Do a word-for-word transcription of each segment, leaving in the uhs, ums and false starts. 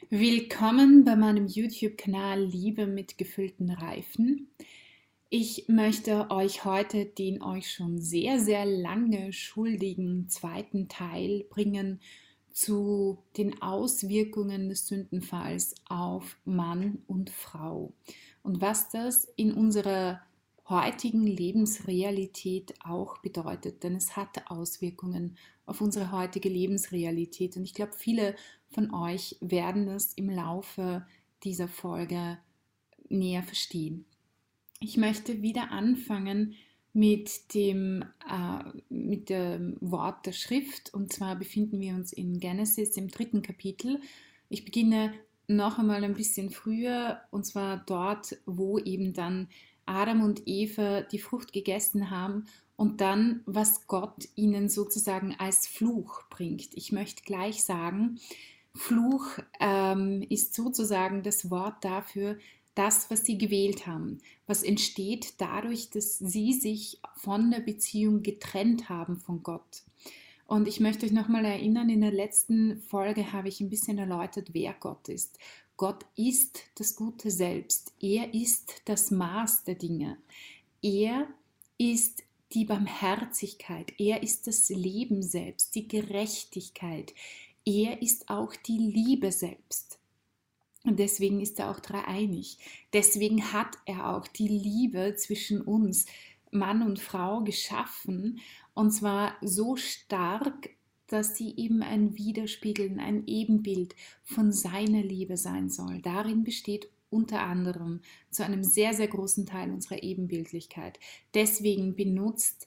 Willkommen bei meinem YouTube-Kanal Liebe mit gefüllten Reifen. Ich möchte euch heute den euch schon sehr, sehr lange schuldigen zweiten Teil bringen zu den Auswirkungen des Sündenfalls auf Mann und Frau und was das in unserer heutigen Lebensrealität auch bedeutet, denn es hat Auswirkungen auf unsere heutige Lebensrealität und ich glaube, viele von euch werden es im Laufe dieser Folge näher verstehen. Ich möchte wieder anfangen mit dem, äh, mit dem Wort der Schrift, und zwar befinden wir uns in Genesis im dritten Kapitel. Ich beginne noch einmal ein bisschen früher, und zwar dort, wo eben dann Adam und Eva die Frucht gegessen haben und dann, was Gott ihnen sozusagen als Fluch bringt. Ich möchte gleich sagen, Fluch ähm, ist sozusagen das Wort dafür, das, was sie gewählt haben, was entsteht dadurch, dass sie sich von der Beziehung getrennt haben von Gott. Und ich möchte euch nochmal erinnern, in der letzten Folge habe ich ein bisschen erläutert, wer Gott ist. Gott ist das Gute selbst. Er ist das Maß der Dinge. Er ist die Barmherzigkeit. Er ist das Leben selbst, die Gerechtigkeit. Er ist auch die Liebe selbst. Und deswegen ist er auch dreieinig. Deswegen hat er auch die Liebe zwischen uns, Mann und Frau, geschaffen. Und zwar so stark, dass sie eben ein Widerspiegeln, ein Ebenbild von seiner Liebe sein soll. Darin besteht unter anderem zu einem sehr, sehr großen Teil unserer Ebenbildlichkeit. Deswegen benutzt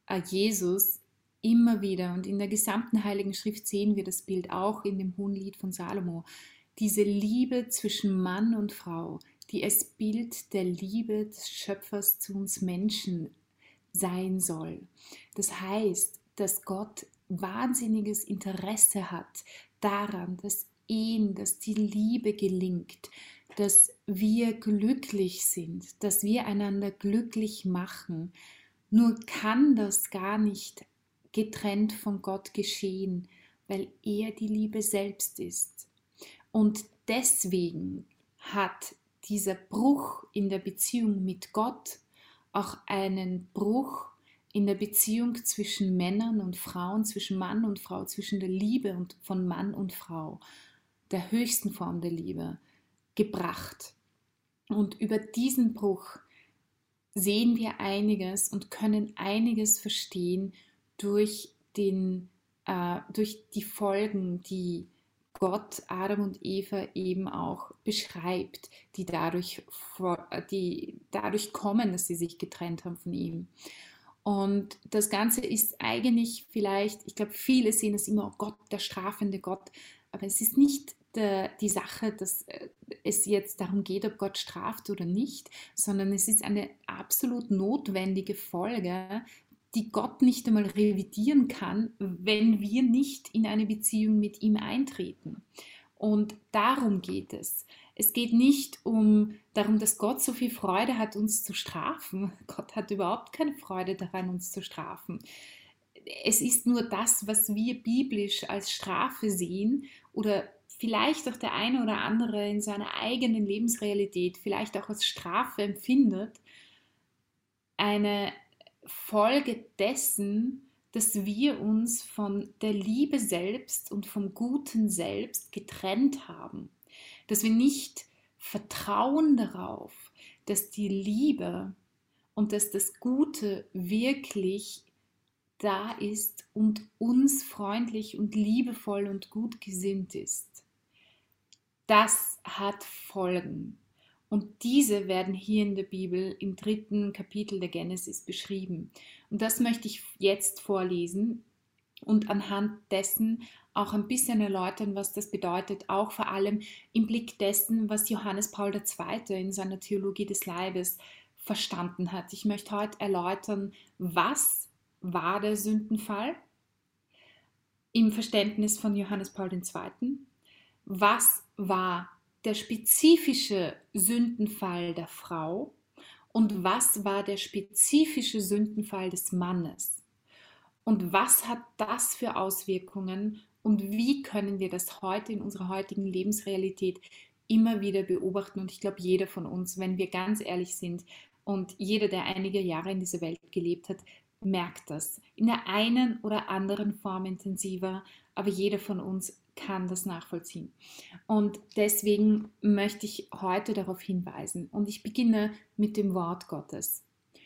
Jesus immer wieder, und in der gesamten Heiligen Schrift sehen wir das Bild auch in dem Hohenlied von Salomo, diese Liebe zwischen Mann und Frau, die als Bild der Liebe des Schöpfers zu uns Menschen sein soll. Das heißt, dass Gott wahnsinniges Interesse hat daran, dass Ehen, dass die Liebe gelingt, dass wir glücklich sind, dass wir einander glücklich machen. Nur kann das gar nicht getrennt von Gott geschehen, weil er die Liebe selbst ist. Und deswegen hat dieser Bruch in der Beziehung mit Gott auch einen Bruch in der Beziehung zwischen Männern und Frauen, zwischen Mann und Frau, zwischen der Liebe und von Mann und Frau, der höchsten Form der Liebe, gebracht. Und über diesen Bruch sehen wir einiges und können einiges verstehen durch, den, äh, durch die Folgen, die Gott Adam und Eva eben auch beschreibt, die dadurch, die dadurch kommen, dass sie sich getrennt haben von ihm. Und das Ganze ist eigentlich vielleicht, ich glaube, viele sehen es immer, oh Gott, der strafende Gott, aber es ist nicht der, die Sache, dass es jetzt darum geht, ob Gott straft oder nicht, sondern es ist eine absolut notwendige Folge, die Gott nicht einmal revidieren kann, wenn wir nicht in eine Beziehung mit ihm eintreten. Und darum geht es. Es geht nicht um darum, dass Gott so viel Freude hat, uns zu strafen. Gott hat überhaupt keine Freude daran, uns zu strafen. Es ist nur das, was wir biblisch als Strafe sehen oder vielleicht auch der eine oder andere in seiner eigenen Lebensrealität vielleicht auch als Strafe empfindet, eine Folge dessen, dass wir uns von der Liebe selbst und vom Guten selbst getrennt haben. Dass wir nicht vertrauen darauf, dass die Liebe und dass das Gute wirklich da ist und uns freundlich und liebevoll und gut gesinnt ist. Das hat Folgen. Und diese werden hier in der Bibel im dritten Kapitel der Genesis beschrieben. Und das möchte ich jetzt vorlesen und anhand dessen auch ein bisschen erläutern, was das bedeutet, auch vor allem im Blick dessen, was Johannes Paul der Zweite in seiner Theologie des Leibes verstanden hat. Ich möchte heute erläutern, was war der Sündenfall im Verständnis von Johannes Paul der Zweite, was war der spezifische Sündenfall der Frau und was war der spezifische Sündenfall des Mannes und was hat das für Auswirkungen Und wie können wir das heute in unserer heutigen Lebensrealität immer wieder beobachten? Und ich glaube, jeder von uns, wenn wir ganz ehrlich sind und jeder, der einige Jahre in dieser Welt gelebt hat, merkt das. In der einen oder anderen Form intensiver, aber jeder von uns kann das nachvollziehen. Und deswegen möchte ich heute darauf hinweisen. Und ich beginne mit dem Wort Gottes.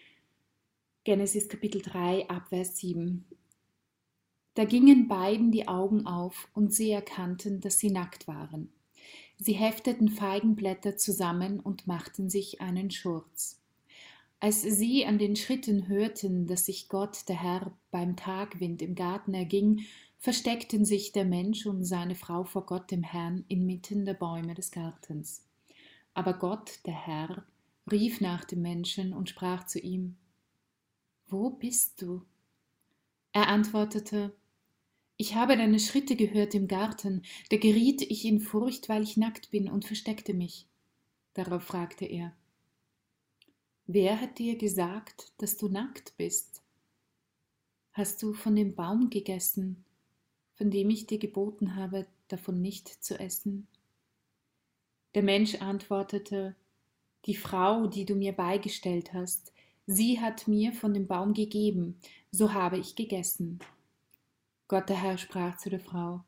Genesis Kapitel drei, Abvers sieben. Da gingen beiden die Augen auf und sie erkannten, dass sie nackt waren. Sie hefteten Feigenblätter zusammen und machten sich einen Schurz. Als sie an den Schritten hörten, dass sich Gott, der Herr, beim Tagwind im Garten erging, versteckten sich der Mensch und seine Frau vor Gott dem Herrn inmitten der Bäume des Gartens. Aber Gott, der Herr, rief nach dem Menschen und sprach zu ihm: Wo bist du? Er antwortete: Ich habe deine Schritte gehört im Garten, da geriet ich in Furcht, weil ich nackt bin, und versteckte mich. Darauf fragte er: Wer hat dir gesagt, dass du nackt bist? Hast du von dem Baum gegessen, von dem ich dir geboten habe, davon nicht zu essen? Der Mensch antwortete: Die Frau, die du mir beigestellt hast, sie hat mir von dem Baum gegeben, so habe ich gegessen. Gott der Herr sprach zu der Frau: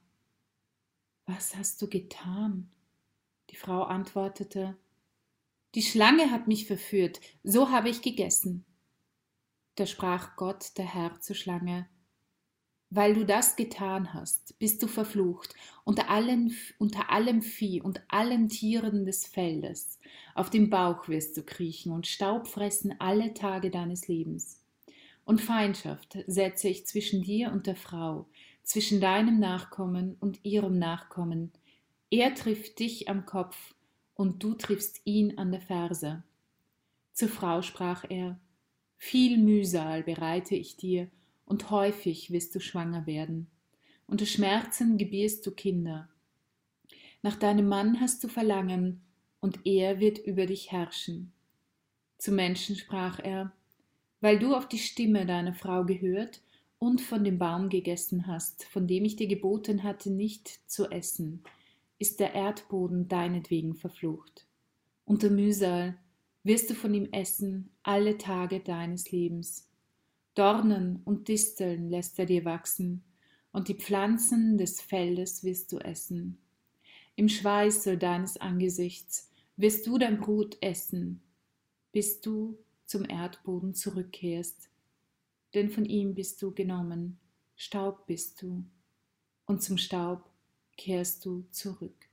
Was hast du getan? Die Frau antwortete: Die Schlange hat mich verführt, so habe ich gegessen. Da sprach Gott der Herr zur Schlange: Weil du das getan hast, bist du verflucht unter allen, unter allem Vieh und allen Tieren des Feldes. Auf dem Bauch wirst du kriechen und Staub fressen alle Tage deines Lebens. Und Feindschaft setze ich zwischen dir und der Frau, zwischen deinem Nachkommen und ihrem Nachkommen. Er trifft dich am Kopf, und du triffst ihn an der Ferse. Zur Frau sprach er: Viel Mühsal bereite ich dir, und häufig wirst du schwanger werden. Unter Schmerzen gebierst du Kinder. Nach deinem Mann hast du Verlangen, und er wird über dich herrschen. Zum Menschen sprach er: Weil du auf die Stimme deiner Frau gehört und von dem Baum gegessen hast, von dem ich dir geboten hatte, nicht zu essen, ist der Erdboden deinetwegen verflucht. Unter Mühsal wirst du von ihm essen alle Tage deines Lebens. Dornen und Disteln lässt er dir wachsen, und die Pflanzen des Feldes wirst du essen. Im Schweiße deines Angesichts wirst du dein Brot essen, bis du zum Erdboden zurückkehrst, denn von ihm bist du genommen, Staub bist du, und zum Staub kehrst du zurück.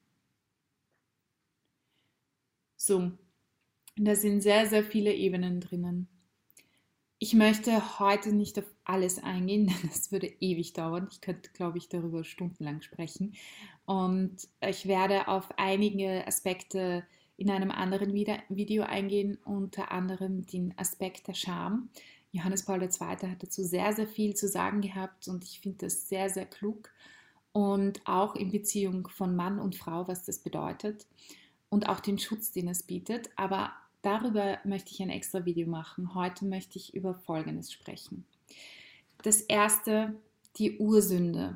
So, da sind sehr, sehr viele Ebenen drinnen. Ich möchte heute nicht auf alles eingehen, denn das würde ewig dauern. Ich könnte, glaube ich, darüber stundenlang sprechen. Und ich werde auf einige Aspekte in einem anderen Video eingehen, unter anderem den Aspekt der Scham. Johannes Paul der Zweite hat dazu sehr, sehr viel zu sagen gehabt und ich finde das sehr, sehr klug. Und auch in Beziehung von Mann und Frau, was das bedeutet und auch den Schutz, den es bietet. Aber darüber möchte ich ein extra Video machen. Heute möchte ich über Folgendes sprechen. Das erste, die Ursünde.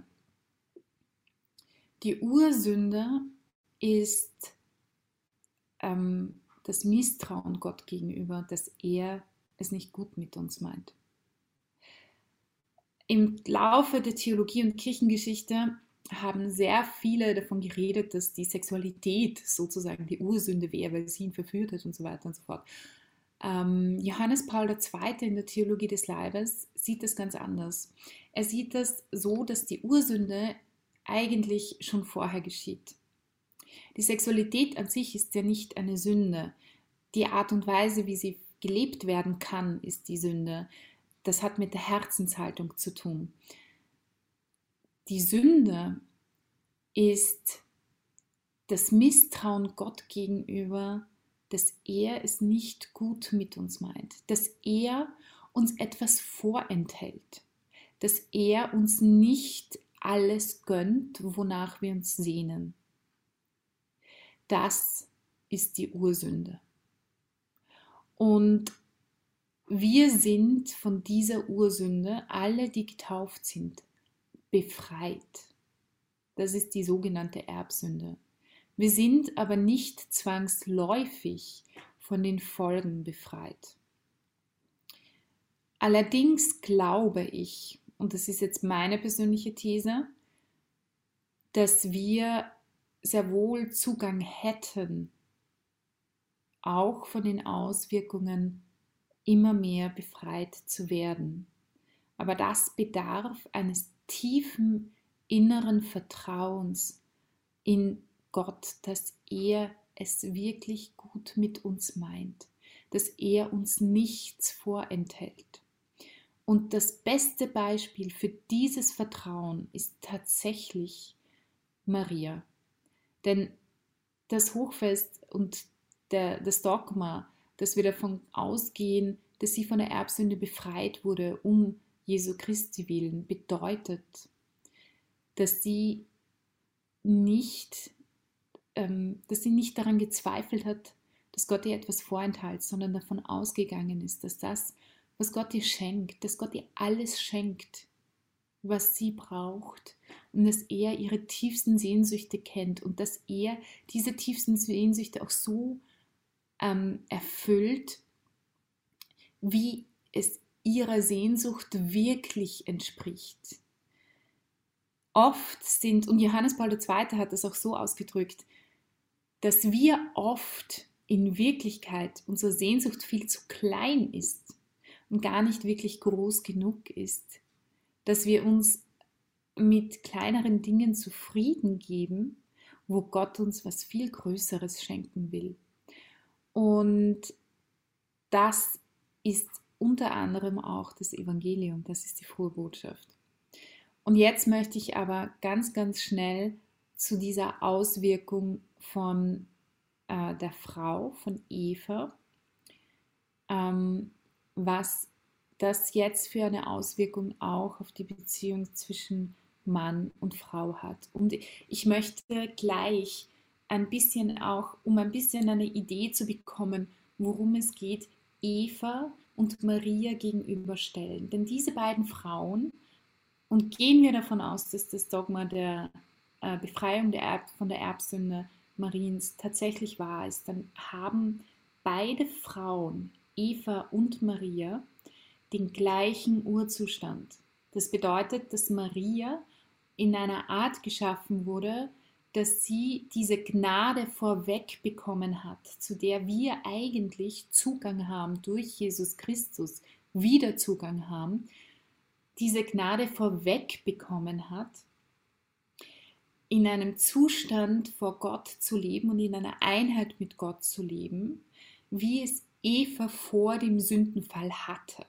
Die Ursünde ist ähm, das Misstrauen Gott gegenüber, dass er es nicht gut mit uns meint. Im Laufe der Theologie und Kirchengeschichte haben sehr viele davon geredet, dass die Sexualität sozusagen die Ursünde wäre, weil sie ihn verführt hat und so weiter und so fort. Ähm, Johannes Paul der Zweite in der Theologie des Leibes sieht das ganz anders. Er sieht das so, dass die Ursünde eigentlich schon vorher geschieht. Die Sexualität an sich ist ja nicht eine Sünde. Die Art und Weise, wie sie gelebt werden kann, ist die Sünde. Das hat mit der Herzenshaltung zu tun. Die Sünde ist das Misstrauen Gott gegenüber, dass er es nicht gut mit uns meint, dass er uns etwas vorenthält, dass er uns nicht alles gönnt, wonach wir uns sehnen. Das ist die Ursünde. Und wir sind von dieser Ursünde, alle, die getauft sind, befreit. Das ist die sogenannte Erbsünde. Wir sind aber nicht zwangsläufig von den Folgen befreit. Allerdings glaube ich, und das ist jetzt meine persönliche These, dass wir sehr wohl Zugang hätten, auch von den Auswirkungen immer mehr befreit zu werden. Aber das bedarf eines tiefen inneren Vertrauens in Gott, dass er es wirklich gut mit uns meint, dass er uns nichts vorenthält. Und das beste Beispiel für dieses Vertrauen ist tatsächlich Maria. Denn das Hochfest und der, das Dogma, dass wir davon ausgehen, dass sie von der Erbsünde befreit wurde, um Jesu Christi willen, bedeutet, dass sie nicht, ähm, dass sie nicht daran gezweifelt hat, dass Gott ihr etwas vorenthält, sondern davon ausgegangen ist, dass das, was Gott ihr schenkt, dass Gott ihr alles schenkt, was sie braucht und dass er ihre tiefsten Sehnsüchte kennt und dass er diese tiefsten Sehnsüchte auch so ähm, erfüllt, wie es ihrer Sehnsucht wirklich entspricht. Oft sind, und Johannes Paul der Zweite hat das auch so ausgedrückt, dass wir oft in Wirklichkeit unsere Sehnsucht viel zu klein ist und gar nicht wirklich groß genug ist, dass wir uns mit kleineren Dingen zufrieden geben, wo Gott uns was viel Größeres schenken will. Und das ist unter anderem auch das Evangelium, das ist die frohe Botschaft. Und jetzt möchte ich aber ganz, ganz schnell zu dieser Auswirkung von äh, der Frau, von Eva, ähm, was das jetzt für eine Auswirkung auch auf die Beziehung zwischen Mann und Frau hat. Und ich möchte gleich ein bisschen auch, um ein bisschen eine Idee zu bekommen, worum es geht, Eva und Maria gegenüberstellen. Denn diese beiden Frauen, und gehen wir davon aus, dass das Dogma der äh, Befreiung der Erb, von der Erbsünde Mariens tatsächlich wahr ist, dann haben beide Frauen, Eva und Maria, den gleichen Urzustand. Das bedeutet, dass Maria in einer Art geschaffen wurde, dass sie diese Gnade vorweg bekommen hat, zu der wir eigentlich Zugang haben durch Jesus Christus, wieder Zugang haben, diese Gnade vorweg bekommen hat, in einem Zustand vor Gott zu leben und in einer Einheit mit Gott zu leben, wie es Eva vor dem Sündenfall hatte.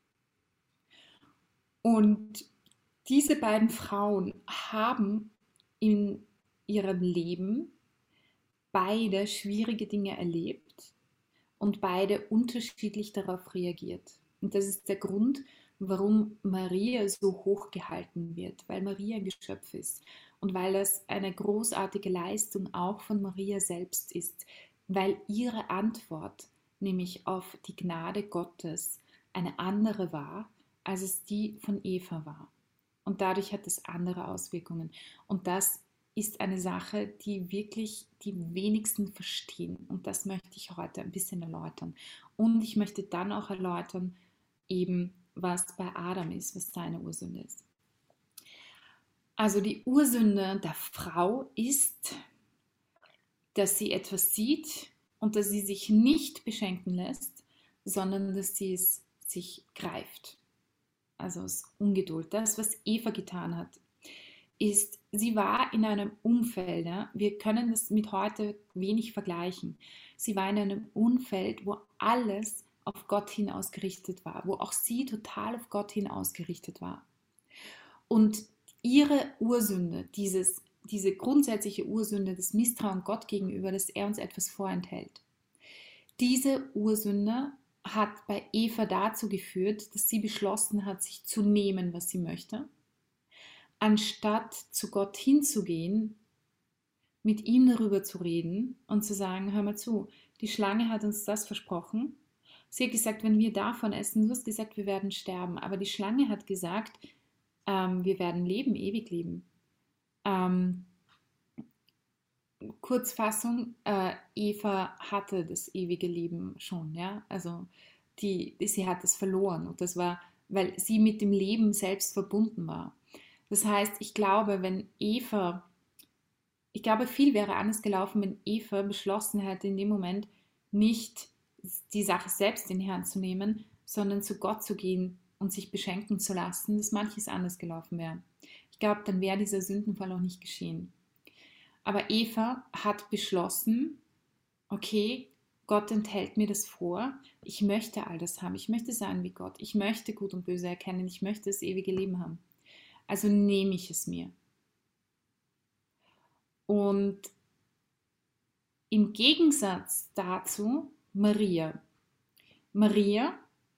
Und diese beiden Frauen haben in ihrem Leben beide schwierige Dinge erlebt und beide unterschiedlich darauf reagiert. Und das ist der Grund, warum Maria so hoch gehalten wird, weil Maria ein Geschöpf ist und weil das eine großartige Leistung auch von Maria selbst ist, weil ihre Antwort nämlich auf die Gnade Gottes eine andere war, als es die von Eva war. Und dadurch hat es andere Auswirkungen. Und das ist eine Sache, die wirklich die wenigsten verstehen. Und das möchte ich heute ein bisschen erläutern. Und ich möchte dann auch erläutern, eben was bei Adam ist, was seine Ursünde ist. Also die Ursünde der Frau ist, dass sie etwas sieht und dass sie sich nicht beschenken lässt, sondern dass sie es sich greift. Also aus Ungeduld. Das, was Eva getan hat, ist, sie war in einem Umfeld, ja, wir können das mit heute wenig vergleichen, sie war in einem Umfeld, wo alles auf Gott hin ausgerichtet war, wo auch sie total auf Gott hin ausgerichtet war. Und ihre Ursünde, dieses, diese grundsätzliche Ursünde des Misstrauen Gott gegenüber, dass er uns etwas vorenthält, diese Ursünde hat bei Eva dazu geführt, dass sie beschlossen hat, sich zu nehmen, was sie möchte, anstatt zu Gott hinzugehen, mit ihm darüber zu reden und zu sagen, hör mal zu, die Schlange hat uns das versprochen. Sie hat gesagt, wenn wir davon essen, du hast gesagt, wir werden sterben, aber die Schlange hat gesagt, ähm, wir werden leben, ewig leben. Ähm, Kurzfassung, äh, Eva hatte das ewige Leben schon, ja, also die, sie hat es verloren und das war, weil sie mit dem Leben selbst verbunden war. Das heißt, ich glaube, wenn Eva, ich glaube, viel wäre anders gelaufen, wenn Eva beschlossen hätte, in dem Moment nicht die Sache selbst in die Hand zu nehmen, sondern zu Gott zu gehen und sich beschenken zu lassen, dass manches anders gelaufen wäre. Ich glaube, dann wäre dieser Sündenfall auch nicht geschehen. Aber Eva hat beschlossen, okay, Gott enthält mir das vor, ich möchte all das haben, ich möchte sein wie Gott, ich möchte Gut und Böse erkennen, ich möchte das ewige Leben haben. Also nehme ich es mir. Und im Gegensatz dazu Maria. Maria,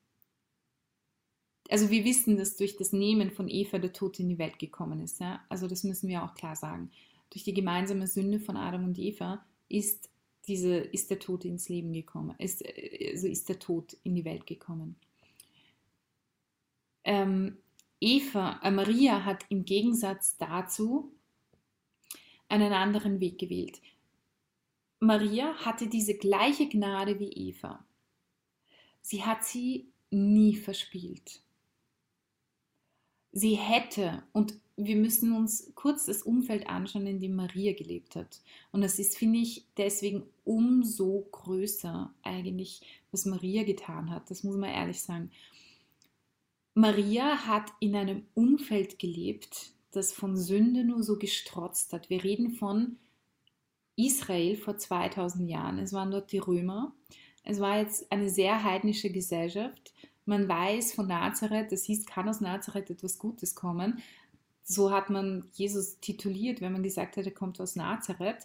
also wir wissen, dass durch das Nehmen von Eva der Tod in die Welt gekommen ist. Ja? Also das müssen wir auch klar sagen. Durch die gemeinsame Sünde von Adam und Eva ist, diese, ist der Tod ins Leben gekommen, ist, also ist der Tod in die Welt gekommen. Ähm, Eva, äh, Maria hat im Gegensatz dazu einen anderen Weg gewählt. Maria hatte diese gleiche Gnade wie Eva. Sie hat sie nie verspielt. Sie hätte, und wir müssen uns kurz das Umfeld anschauen, in dem Maria gelebt hat. Und das ist, finde ich, deswegen umso größer eigentlich, was Maria getan hat. Das muss man ehrlich sagen. Maria hat in einem Umfeld gelebt, das von Sünde nur so gestrotzt hat. Wir reden von Israel vor zweitausend Jahren. Es waren dort die Römer. Es war jetzt eine sehr heidnische Gesellschaft. Man weiß von Nazareth, das hieß, kann aus Nazareth etwas Gutes kommen. So hat man Jesus tituliert, wenn man gesagt hat, er kommt aus Nazareth.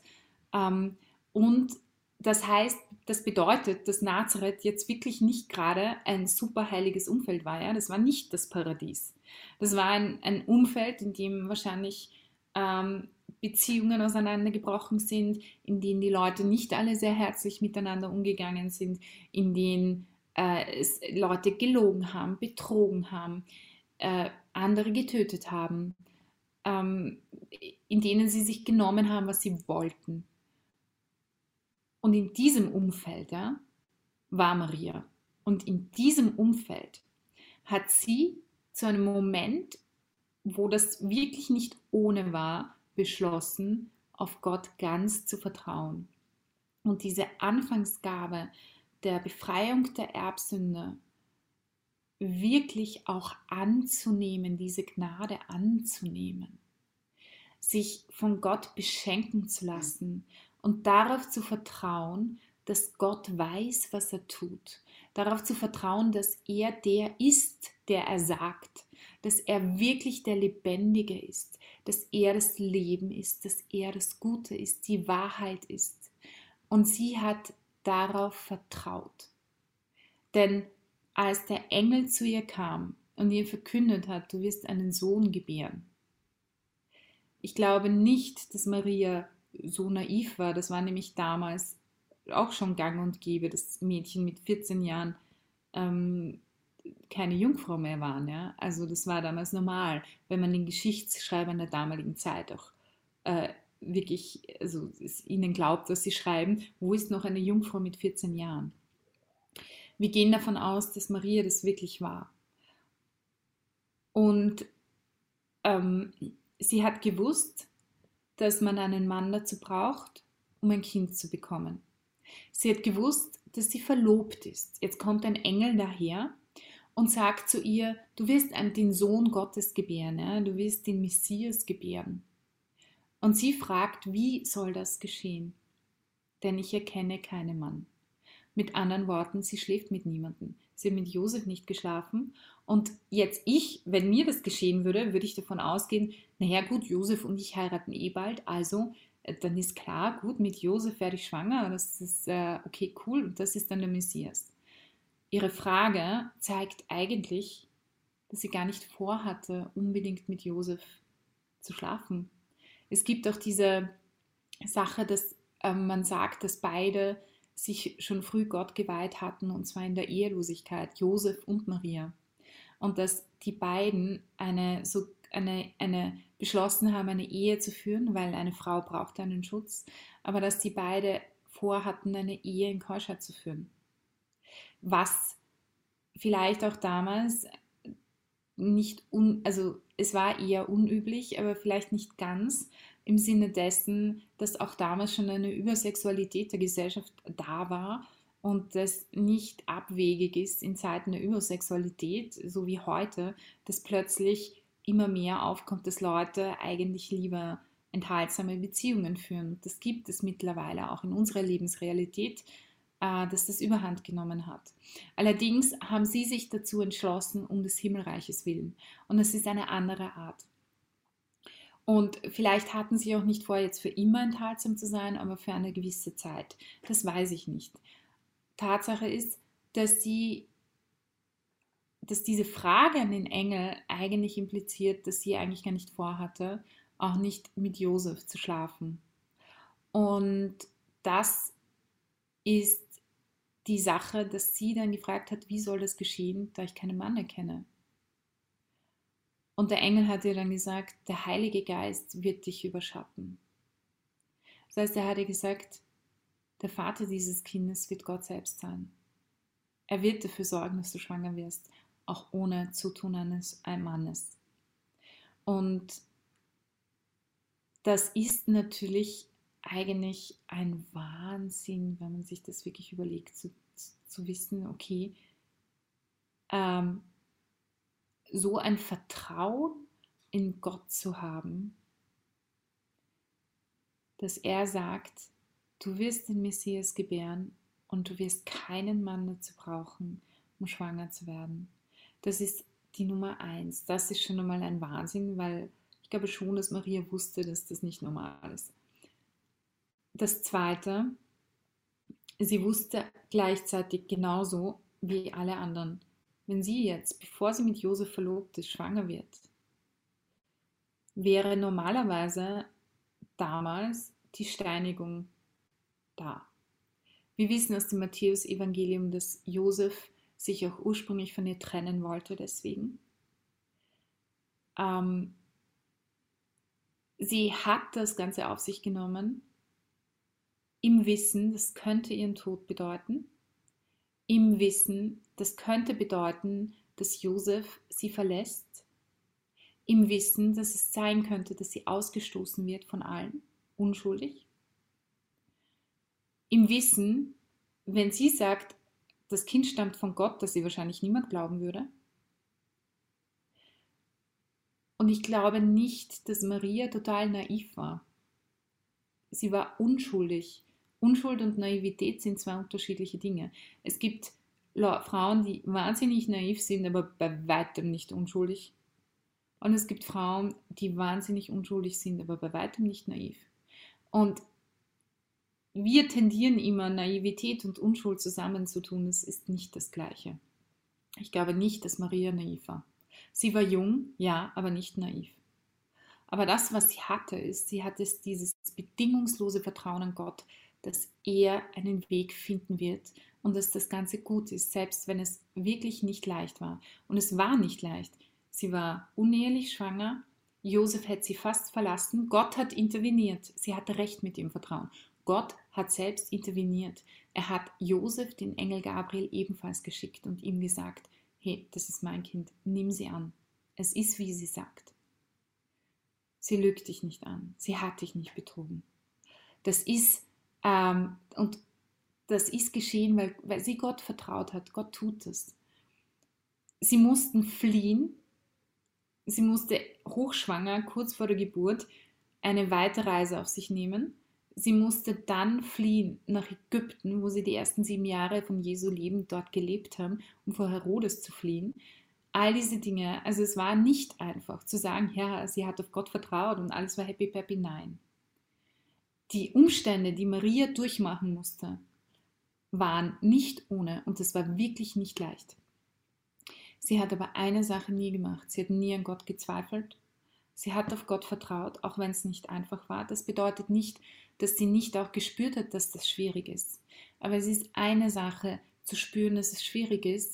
Und das heißt, das bedeutet, dass Nazareth jetzt wirklich nicht gerade ein super heiliges Umfeld war. Ja? Das war nicht das Paradies. Das war ein, ein Umfeld, in dem wahrscheinlich ähm, Beziehungen auseinandergebrochen sind, in denen die Leute nicht alle sehr herzlich miteinander umgegangen sind, in denen äh, es Leute gelogen haben, betrogen haben, äh, andere getötet haben, ähm, in denen sie sich genommen haben, was sie wollten. Und in diesem Umfeld ja, war Maria. Und in diesem Umfeld hat sie zu einem Moment, wo das wirklich nicht ohne war, beschlossen, auf Gott ganz zu vertrauen. Und diese Anfangsgabe der Befreiung der Erbsünde wirklich auch anzunehmen, diese Gnade anzunehmen, sich von Gott beschenken zu lassen und darauf zu vertrauen, dass Gott weiß, was er tut. Darauf zu vertrauen, dass er der ist, der er sagt, dass er wirklich der Lebendige ist, dass er das Leben ist, dass er das Gute ist, die Wahrheit ist. Und sie hat darauf vertraut. Denn als der Engel zu ihr kam und ihr verkündet hat, du wirst einen Sohn gebären, ich glaube nicht, dass Maria so naiv war. Das war nämlich damals auch schon gang und gäbe, dass Mädchen mit vierzehn Jahren ähm, keine Jungfrau mehr waren. Ja? Also das war damals normal, wenn man den Geschichtsschreibern der damaligen Zeit auch äh, wirklich, also es ihnen glaubt, was sie schreiben, wo ist noch eine Jungfrau mit vierzehn Jahren? Wir gehen davon aus, dass Maria das wirklich war. Und ähm, sie hat gewusst, dass man einen Mann dazu braucht, um ein Kind zu bekommen. Sie hat gewusst, dass sie verlobt ist. Jetzt kommt ein Engel daher und sagt zu ihr, du wirst den Sohn Gottes gebären, ja? Du wirst den Messias gebären. Und sie fragt, wie soll das geschehen? Denn ich erkenne keinen Mann. Mit anderen Worten, sie schläft mit niemandem. Sie hat mit Josef nicht geschlafen. Und jetzt ich, wenn mir das geschehen würde, würde ich davon ausgehen, naja gut, Josef und ich heiraten eh bald, also äh, dann ist klar, gut, mit Josef werde ich schwanger, das ist äh, okay, cool, und das ist dann der Messias. Ihre Frage zeigt eigentlich, dass sie gar nicht vorhatte, unbedingt mit Josef zu schlafen. Es gibt auch diese Sache, dass äh, man sagt, dass beide sich schon früh Gott geweiht hatten, und zwar in der Ehelosigkeit, Josef und Maria. Und dass die beiden eine, so, eine, eine beschlossen haben, eine Ehe zu führen, weil eine Frau braucht einen Schutz, aber dass sie beide vorhatten, eine Ehe in Keuschheit zu führen. Was vielleicht auch damals nicht, un, also es war eher unüblich, aber vielleicht nicht ganz im Sinne dessen, dass auch damals schon eine Übersexualität der Gesellschaft da war und das nicht abwegig ist in Zeiten der Übersexualität, so wie heute, dass plötzlich immer mehr aufkommt, dass Leute eigentlich lieber enthaltsame Beziehungen führen. Das gibt es mittlerweile auch in unserer Lebensrealität, äh, dass das Überhand genommen hat. Allerdings haben sie sich dazu entschlossen, um des Himmelreiches willen. Und es ist eine andere Art. Und vielleicht hatten sie auch nicht vor, jetzt für immer enthaltsam zu sein, aber für eine gewisse Zeit. Das weiß ich nicht. Tatsache ist, dass sie, dass diese Frage an den Engel eigentlich impliziert, dass sie eigentlich gar nicht vorhatte, auch nicht mit Josef zu schlafen. Und das ist die Sache, dass sie dann gefragt hat, wie soll das geschehen, da ich keinen Mann erkenne. Und der Engel hat ihr dann gesagt, der Heilige Geist wird dich überschatten. Das heißt, er hat ihr gesagt, der Vater dieses Kindes wird Gott selbst sein. Er wird dafür sorgen, dass du schwanger wirst, auch ohne Zutun eines Mannes. Und das ist natürlich eigentlich ein Wahnsinn, wenn man sich das wirklich überlegt, zu, zu wissen, okay, ähm, so ein Vertrauen in Gott zu haben, dass er sagt, du wirst den Messias gebären und du wirst keinen Mann dazu brauchen, um schwanger zu werden. Das ist die Nummer eins. Das ist schon einmal ein Wahnsinn, weil ich glaube schon, dass Maria wusste, dass das nicht normal ist. Das Zweite, sie wusste gleichzeitig genauso wie alle anderen, wenn sie jetzt, bevor sie mit Josef verlobt ist, schwanger wird, wäre normalerweise damals die Steinigung da. Wir wissen aus dem Matthäus-Evangelium, dass Josef sich auch ursprünglich von ihr trennen wollte, deswegen. Ähm, sie hat das Ganze auf sich genommen, im Wissen, das könnte ihren Tod bedeuten, im Wissen, das könnte bedeuten, dass Josef sie verlässt, im Wissen, dass es sein könnte, dass sie ausgestoßen wird von allen, unschuldig, im Wissen, wenn sie sagt, das Kind stammt von Gott, dass sie wahrscheinlich niemand glauben würde. Und ich glaube nicht, dass Maria total naiv war. Sie war unschuldig. Unschuld und Naivität sind zwei unterschiedliche Dinge. Es gibt Frauen, die wahnsinnig naiv sind, aber bei weitem nicht unschuldig. Und es gibt Frauen, die wahnsinnig unschuldig sind, aber bei weitem nicht naiv. Und wir tendieren immer, Naivität und Unschuld zusammenzutun. Das ist nicht das Gleiche. Ich glaube nicht, dass Maria naiv war. Sie war jung, ja, aber nicht naiv. Aber das, was sie hatte, ist, sie hatte dieses bedingungslose Vertrauen an Gott, dass er einen Weg finden wird und dass das Ganze gut ist, selbst wenn es wirklich nicht leicht war. Und es war nicht leicht. Sie war unehelich schwanger, Josef hätte sie fast verlassen, Gott hat interveniert, sie hatte Recht mit ihrem Vertrauen. Gott hat selbst interveniert. Er hat Josef, den Engel Gabriel, ebenfalls geschickt und ihm gesagt, hey, das ist mein Kind, nimm sie an. Es ist, wie sie sagt. Sie lügt dich nicht an, sie hat dich nicht betrogen. Das ist, ähm, und das ist geschehen, weil, weil sie Gott vertraut hat. Gott tut es. Sie mussten fliehen. Sie musste hochschwanger, kurz vor der Geburt, eine weite Reise auf sich nehmen. Sie musste dann fliehen nach Ägypten, wo sie die ersten sieben Jahre von Jesu Leben dort gelebt haben, um vor Herodes zu fliehen. All diese Dinge, also es war nicht einfach zu sagen, ja, sie hat auf Gott vertraut und alles war happy peppy, nein. Die Umstände, die Maria durchmachen musste, waren nicht ohne und es war wirklich nicht leicht. Sie hat aber eine Sache nie gemacht, sie hat nie an Gott gezweifelt. Sie hat auf Gott vertraut, auch wenn es nicht einfach war. Das bedeutet nicht, dass sie nicht auch gespürt hat, dass das schwierig ist. Aber es ist eine Sache, zu spüren, dass es schwierig ist,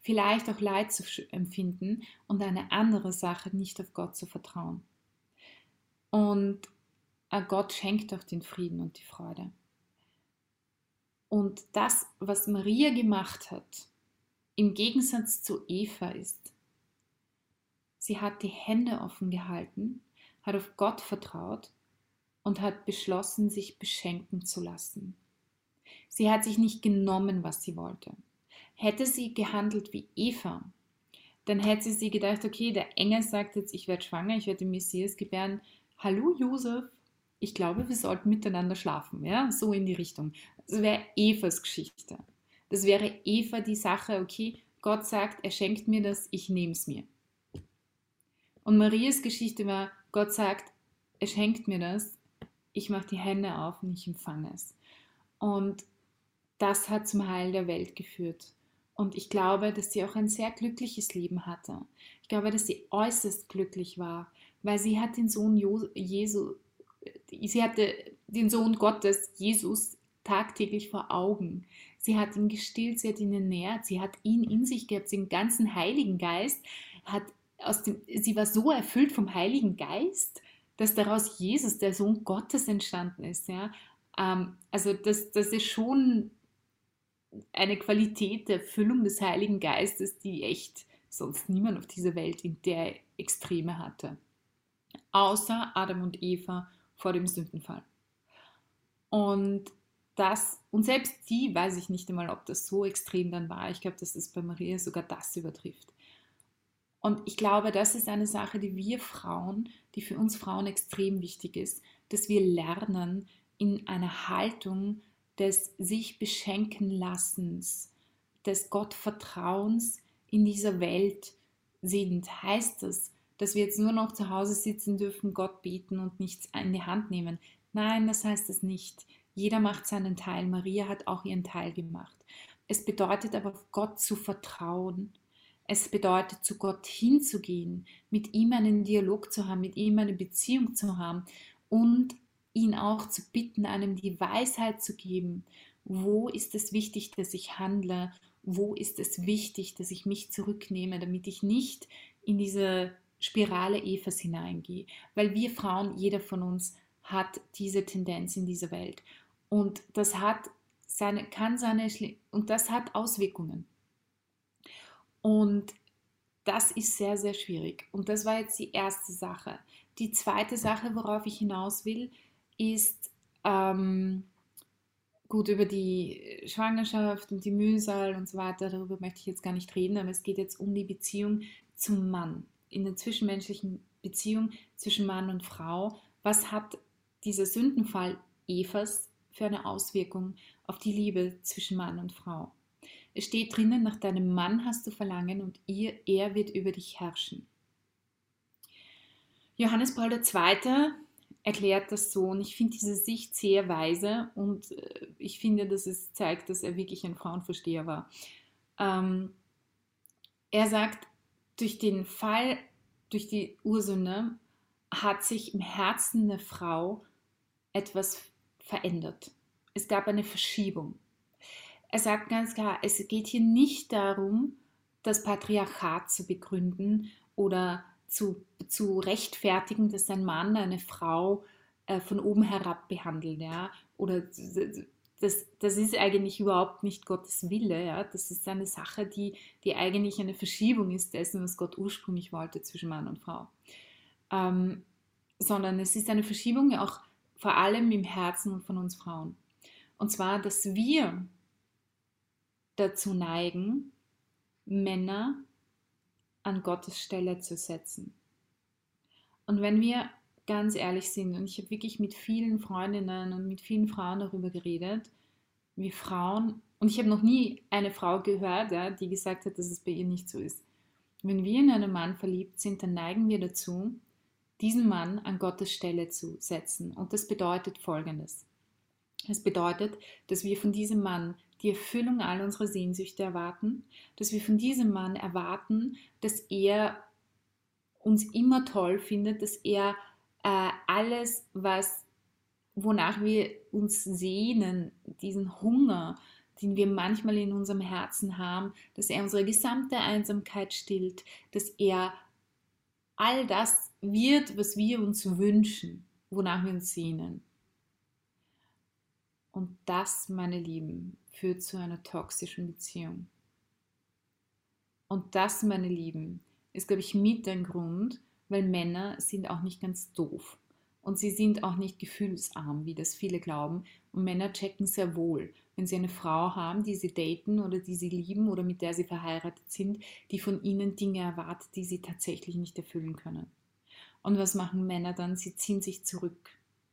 vielleicht auch Leid zu empfinden und eine andere Sache, nicht auf Gott zu vertrauen. Und Gott schenkt auch den Frieden und die Freude. Und das, was Maria gemacht hat, im Gegensatz zu Eva ist, sie hat die Hände offen gehalten, hat auf Gott vertraut und hat beschlossen, sich beschenken zu lassen. Sie hat sich nicht genommen, was sie wollte. Hätte sie gehandelt wie Eva, dann hätte sie gedacht, okay, der Engel sagt jetzt, ich werde schwanger, ich werde den Messias gebären. Hallo Josef, ich glaube, wir sollten miteinander schlafen, ja, so in die Richtung. Das wäre Evas Geschichte. Das wäre Eva die Sache, okay, Gott sagt, er schenkt mir das, ich nehme es mir. Und Marias Geschichte war, Gott sagt, er schenkt mir das, ich mache die Hände auf und ich empfange es. Und das hat zum Heil der Welt geführt. Und ich glaube, dass sie auch ein sehr glückliches Leben hatte. Ich glaube, dass sie äußerst glücklich war, weil sie hat den Sohn Jesu, sie hatte den Sohn Gottes, Jesus, tagtäglich vor Augen. Sie hat ihn gestillt, sie hat ihn ernährt, sie hat ihn in sich gehabt, den ganzen Heiligen Geist. Hat aus dem, sie war so erfüllt vom Heiligen Geist, dass daraus Jesus, der Sohn Gottes, entstanden ist. Ja? Ähm, also das, das ist schon eine Qualität der Erfüllung des Heiligen Geistes, die echt sonst niemand auf dieser Welt in der Extreme hatte. Außer Adam und Eva vor dem Sündenfall. Und das, und selbst die weiß ich nicht einmal, ob das so extrem dann war. Ich glaube, dass das bei Maria sogar das übertrifft. Und ich glaube, das ist eine Sache, die wir Frauen, die für uns Frauen extrem wichtig ist, dass wir lernen, in einer Haltung des sich beschenken Lassens, des Gottvertrauens in dieser Welt sind. Heißt das, dass wir jetzt nur noch zu Hause sitzen dürfen, Gott beten und nichts in die Hand nehmen? Nein, das heißt es nicht. Jeder macht seinen Teil. Maria hat auch ihren Teil gemacht. Es bedeutet aber, auf Gott zu vertrauen. Es bedeutet, zu Gott hinzugehen, mit ihm einen Dialog zu haben, mit ihm eine Beziehung zu haben und ihn auch zu bitten, einem die Weisheit zu geben. Wo ist es wichtig, dass ich handle? Wo ist es wichtig, dass ich mich zurücknehme, damit ich nicht in diese Spirale Evas hineingehe? Weil wir Frauen, jeder von uns hat diese Tendenz in dieser Welt. Und das hat seine, kann seine, und das hat Auswirkungen. Und das ist sehr, sehr schwierig. Und das war jetzt die erste Sache. Die zweite Sache, worauf ich hinaus will, ist, ähm, gut, über die Schwangerschaft und die Mühsal und so weiter, darüber möchte ich jetzt gar nicht reden, aber es geht jetzt um die Beziehung zum Mann, in der zwischenmenschlichen Beziehung zwischen Mann und Frau. Was hat dieser Sündenfall Evas für eine Auswirkung auf die Liebe zwischen Mann und Frau? Es steht drinnen, nach deinem Mann hast du Verlangen und ihr, er wird über dich herrschen. Johannes Paul der Zweite erklärt das so und ich finde diese Sicht sehr weise und ich finde, dass es zeigt, dass er wirklich ein Frauenversteher war. Ähm, er sagt, durch den Fall, durch die Ursünde hat sich im Herzen der Frau etwas verändert. Es gab eine Verschiebung. Er sagt ganz klar, es geht hier nicht darum, das Patriarchat zu begründen oder zu, zu rechtfertigen, dass ein Mann eine Frau äh, von oben herab behandelt. Ja? Oder das, das ist eigentlich überhaupt nicht Gottes Wille. Ja? Das ist eine Sache, die, die eigentlich eine Verschiebung ist dessen, was Gott ursprünglich wollte zwischen Mann und Frau. Ähm, sondern es ist eine Verschiebung auch vor allem im Herzen von uns Frauen. Und zwar, dass wir dazu neigen, Männer an Gottes Stelle zu setzen. Und wenn wir ganz ehrlich sind, und ich habe wirklich mit vielen Freundinnen und mit vielen Frauen darüber geredet, wie Frauen, und ich habe noch nie eine Frau gehört, ja, die gesagt hat, dass es bei ihr nicht so ist. Wenn wir in einen Mann verliebt sind, dann neigen wir dazu, diesen Mann an Gottes Stelle zu setzen. Und das bedeutet Folgendes. Es bedeutet, dass wir von diesem Mann die Erfüllung all unserer Sehnsüchte erwarten, dass wir von diesem Mann erwarten, dass er uns immer toll findet, dass er äh, alles, was, wonach wir uns sehnen, diesen Hunger, den wir manchmal in unserem Herzen haben, dass er unsere gesamte Einsamkeit stillt, dass er all das wird, was wir uns wünschen, wonach wir uns sehnen. Und das, meine Lieben, führt zu einer toxischen Beziehung. Und das, meine Lieben, ist, glaube ich, mit ein Grund, weil Männer sind auch nicht ganz doof. Und sie sind auch nicht gefühlsarm, wie das viele glauben. Und Männer checken sehr wohl, wenn sie eine Frau haben, die sie daten oder die sie lieben oder mit der sie verheiratet sind, die von ihnen Dinge erwartet, die sie tatsächlich nicht erfüllen können. Und was machen Männer dann? Sie ziehen sich zurück.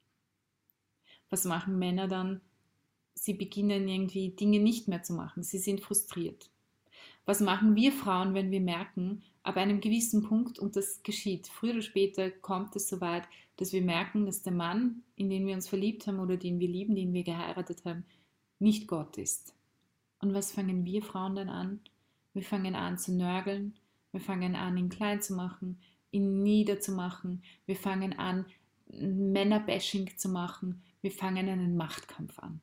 Was machen Männer dann? Sie beginnen irgendwie Dinge nicht mehr zu machen. Sie sind frustriert. Was machen wir Frauen, wenn wir merken, ab einem gewissen Punkt, und das geschieht, früher oder später kommt es so weit, dass wir merken, dass der Mann, in den wir uns verliebt haben oder den wir lieben, den wir geheiratet haben, nicht Gott ist. Und was fangen wir Frauen dann an? Wir fangen an zu nörgeln, wir fangen an, ihn klein zu machen, ihn niederzumachen, wir fangen an, Männerbashing zu machen, wir fangen einen Machtkampf an.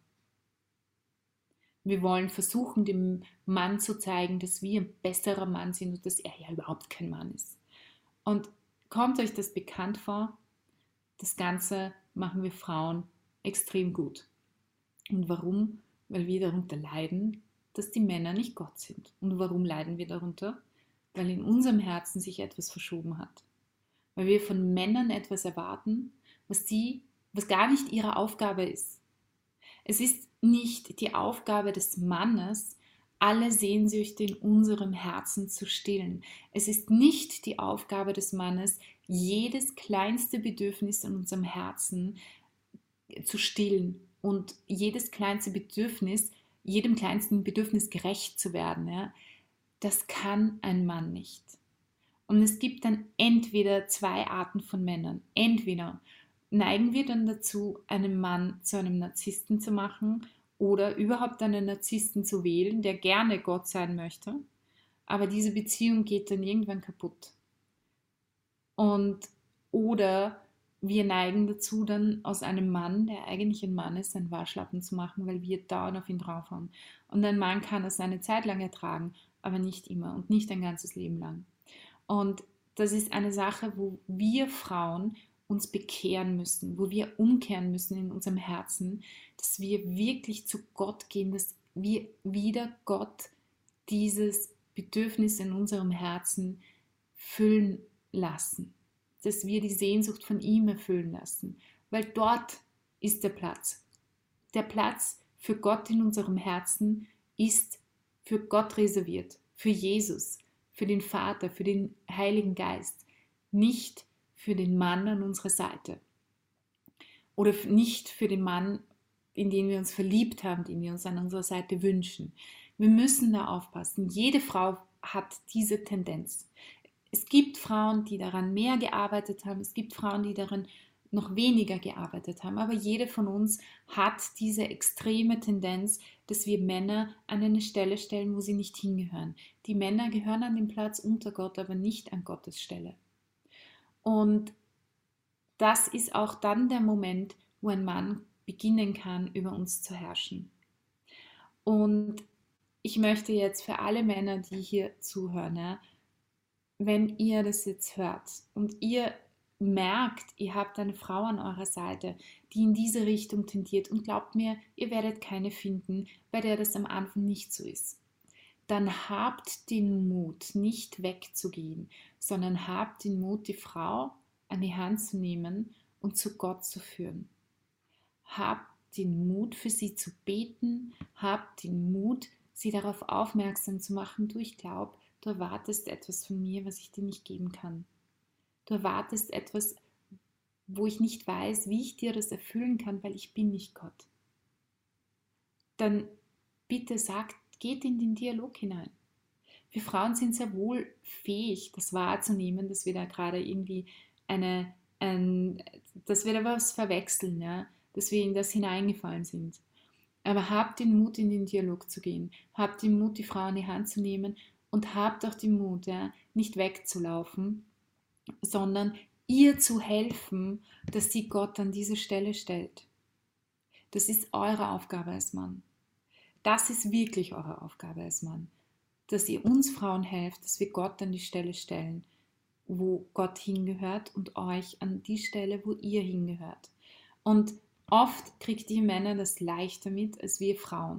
Wir wollen versuchen, dem Mann zu zeigen, dass wir ein besserer Mann sind und dass er ja überhaupt kein Mann ist. Und kommt euch das bekannt vor? Das Ganze machen wir Frauen extrem gut. Und warum? Weil wir darunter leiden, dass die Männer nicht Gott sind. Und warum leiden wir darunter? Weil in unserem Herzen sich etwas verschoben hat. Weil wir von Männern etwas erwarten, was, sie, was gar nicht ihre Aufgabe ist. Es ist nicht die Aufgabe des Mannes, alle Sehnsüchte in unserem Herzen zu stillen. Es ist nicht die Aufgabe des Mannes, jedes kleinste Bedürfnis in unserem Herzen zu stillen und jedes kleinste Bedürfnis, jedem kleinsten Bedürfnis gerecht zu werden. Ja? Das kann ein Mann nicht. Und es gibt dann entweder zwei Arten von Männern. Entweder neigen wir dann dazu, einen Mann zu einem Narzissten zu machen oder überhaupt einen Narzissten zu wählen, der gerne Gott sein möchte, aber diese Beziehung geht dann irgendwann kaputt. Und oder wir neigen dazu, dann aus einem Mann, der eigentlich ein Mann ist, einen Waschlappen zu machen, weil wir dauernd auf ihn draufhauen. Und ein Mann kann das eine Zeit lang ertragen, aber nicht immer und nicht ein ganzes Leben lang. Und das ist eine Sache, wo wir Frauen uns bekehren müssen, wo wir umkehren müssen in unserem Herzen, dass wir wirklich zu Gott gehen, dass wir wieder Gott dieses Bedürfnis in unserem Herzen füllen lassen, dass wir die Sehnsucht von ihm erfüllen lassen, weil dort ist der Platz. Der Platz für Gott in unserem Herzen ist für Gott reserviert, für Jesus, für den Vater, für den Heiligen Geist, nicht für den Mann an unserer Seite oder nicht für den Mann, in den wir uns verliebt haben, den wir uns an unserer Seite wünschen. Wir müssen da aufpassen. Jede Frau hat diese Tendenz. Es gibt Frauen, die daran mehr gearbeitet haben, es gibt Frauen, die daran noch weniger gearbeitet haben, aber jede von uns hat diese extreme Tendenz, dass wir Männer an eine Stelle stellen, wo sie nicht hingehören. Die Männer gehören an den Platz unter Gott, aber nicht an Gottes Stelle. Und das ist auch dann der Moment, wo ein Mann beginnen kann, über uns zu herrschen. Und ich möchte jetzt für alle Männer, die hier zuhören, ja, wenn ihr das jetzt hört und ihr merkt, ihr habt eine Frau an eurer Seite, die in diese Richtung tendiert und glaubt mir, ihr werdet keine finden, bei der das am Anfang nicht so ist, dann habt den Mut, nicht wegzugehen, sondern habt den Mut, die Frau an die Hand zu nehmen und zu Gott zu führen. Habt den Mut, für sie zu beten, habt den Mut, sie darauf aufmerksam zu machen, du, ich glaube, du erwartest etwas von mir, was ich dir nicht geben kann. Du erwartest etwas, wo ich nicht weiß, wie ich dir das erfüllen kann, weil ich bin nicht Gott. Dann bitte sagt, geht in den Dialog hinein. Wir Frauen sind sehr wohl fähig, das wahrzunehmen, dass wir da gerade irgendwie eine, ein, dass wir da was verwechseln, ja? Dass wir in das hineingefallen sind. Aber habt den Mut, in den Dialog zu gehen. Habt den Mut, die Frau an die Hand zu nehmen und habt auch den Mut, ja, nicht wegzulaufen, sondern ihr zu helfen, dass sie Gott an diese Stelle stellt. Das ist eure Aufgabe als Mann. das ist wirklich eure Aufgabe als Mann, dass ihr uns Frauen helft, dass wir Gott an die Stelle stellen, wo Gott hingehört und euch an die Stelle, wo ihr hingehört. Und oft kriegt ihr Männer das leichter mit als wir Frauen.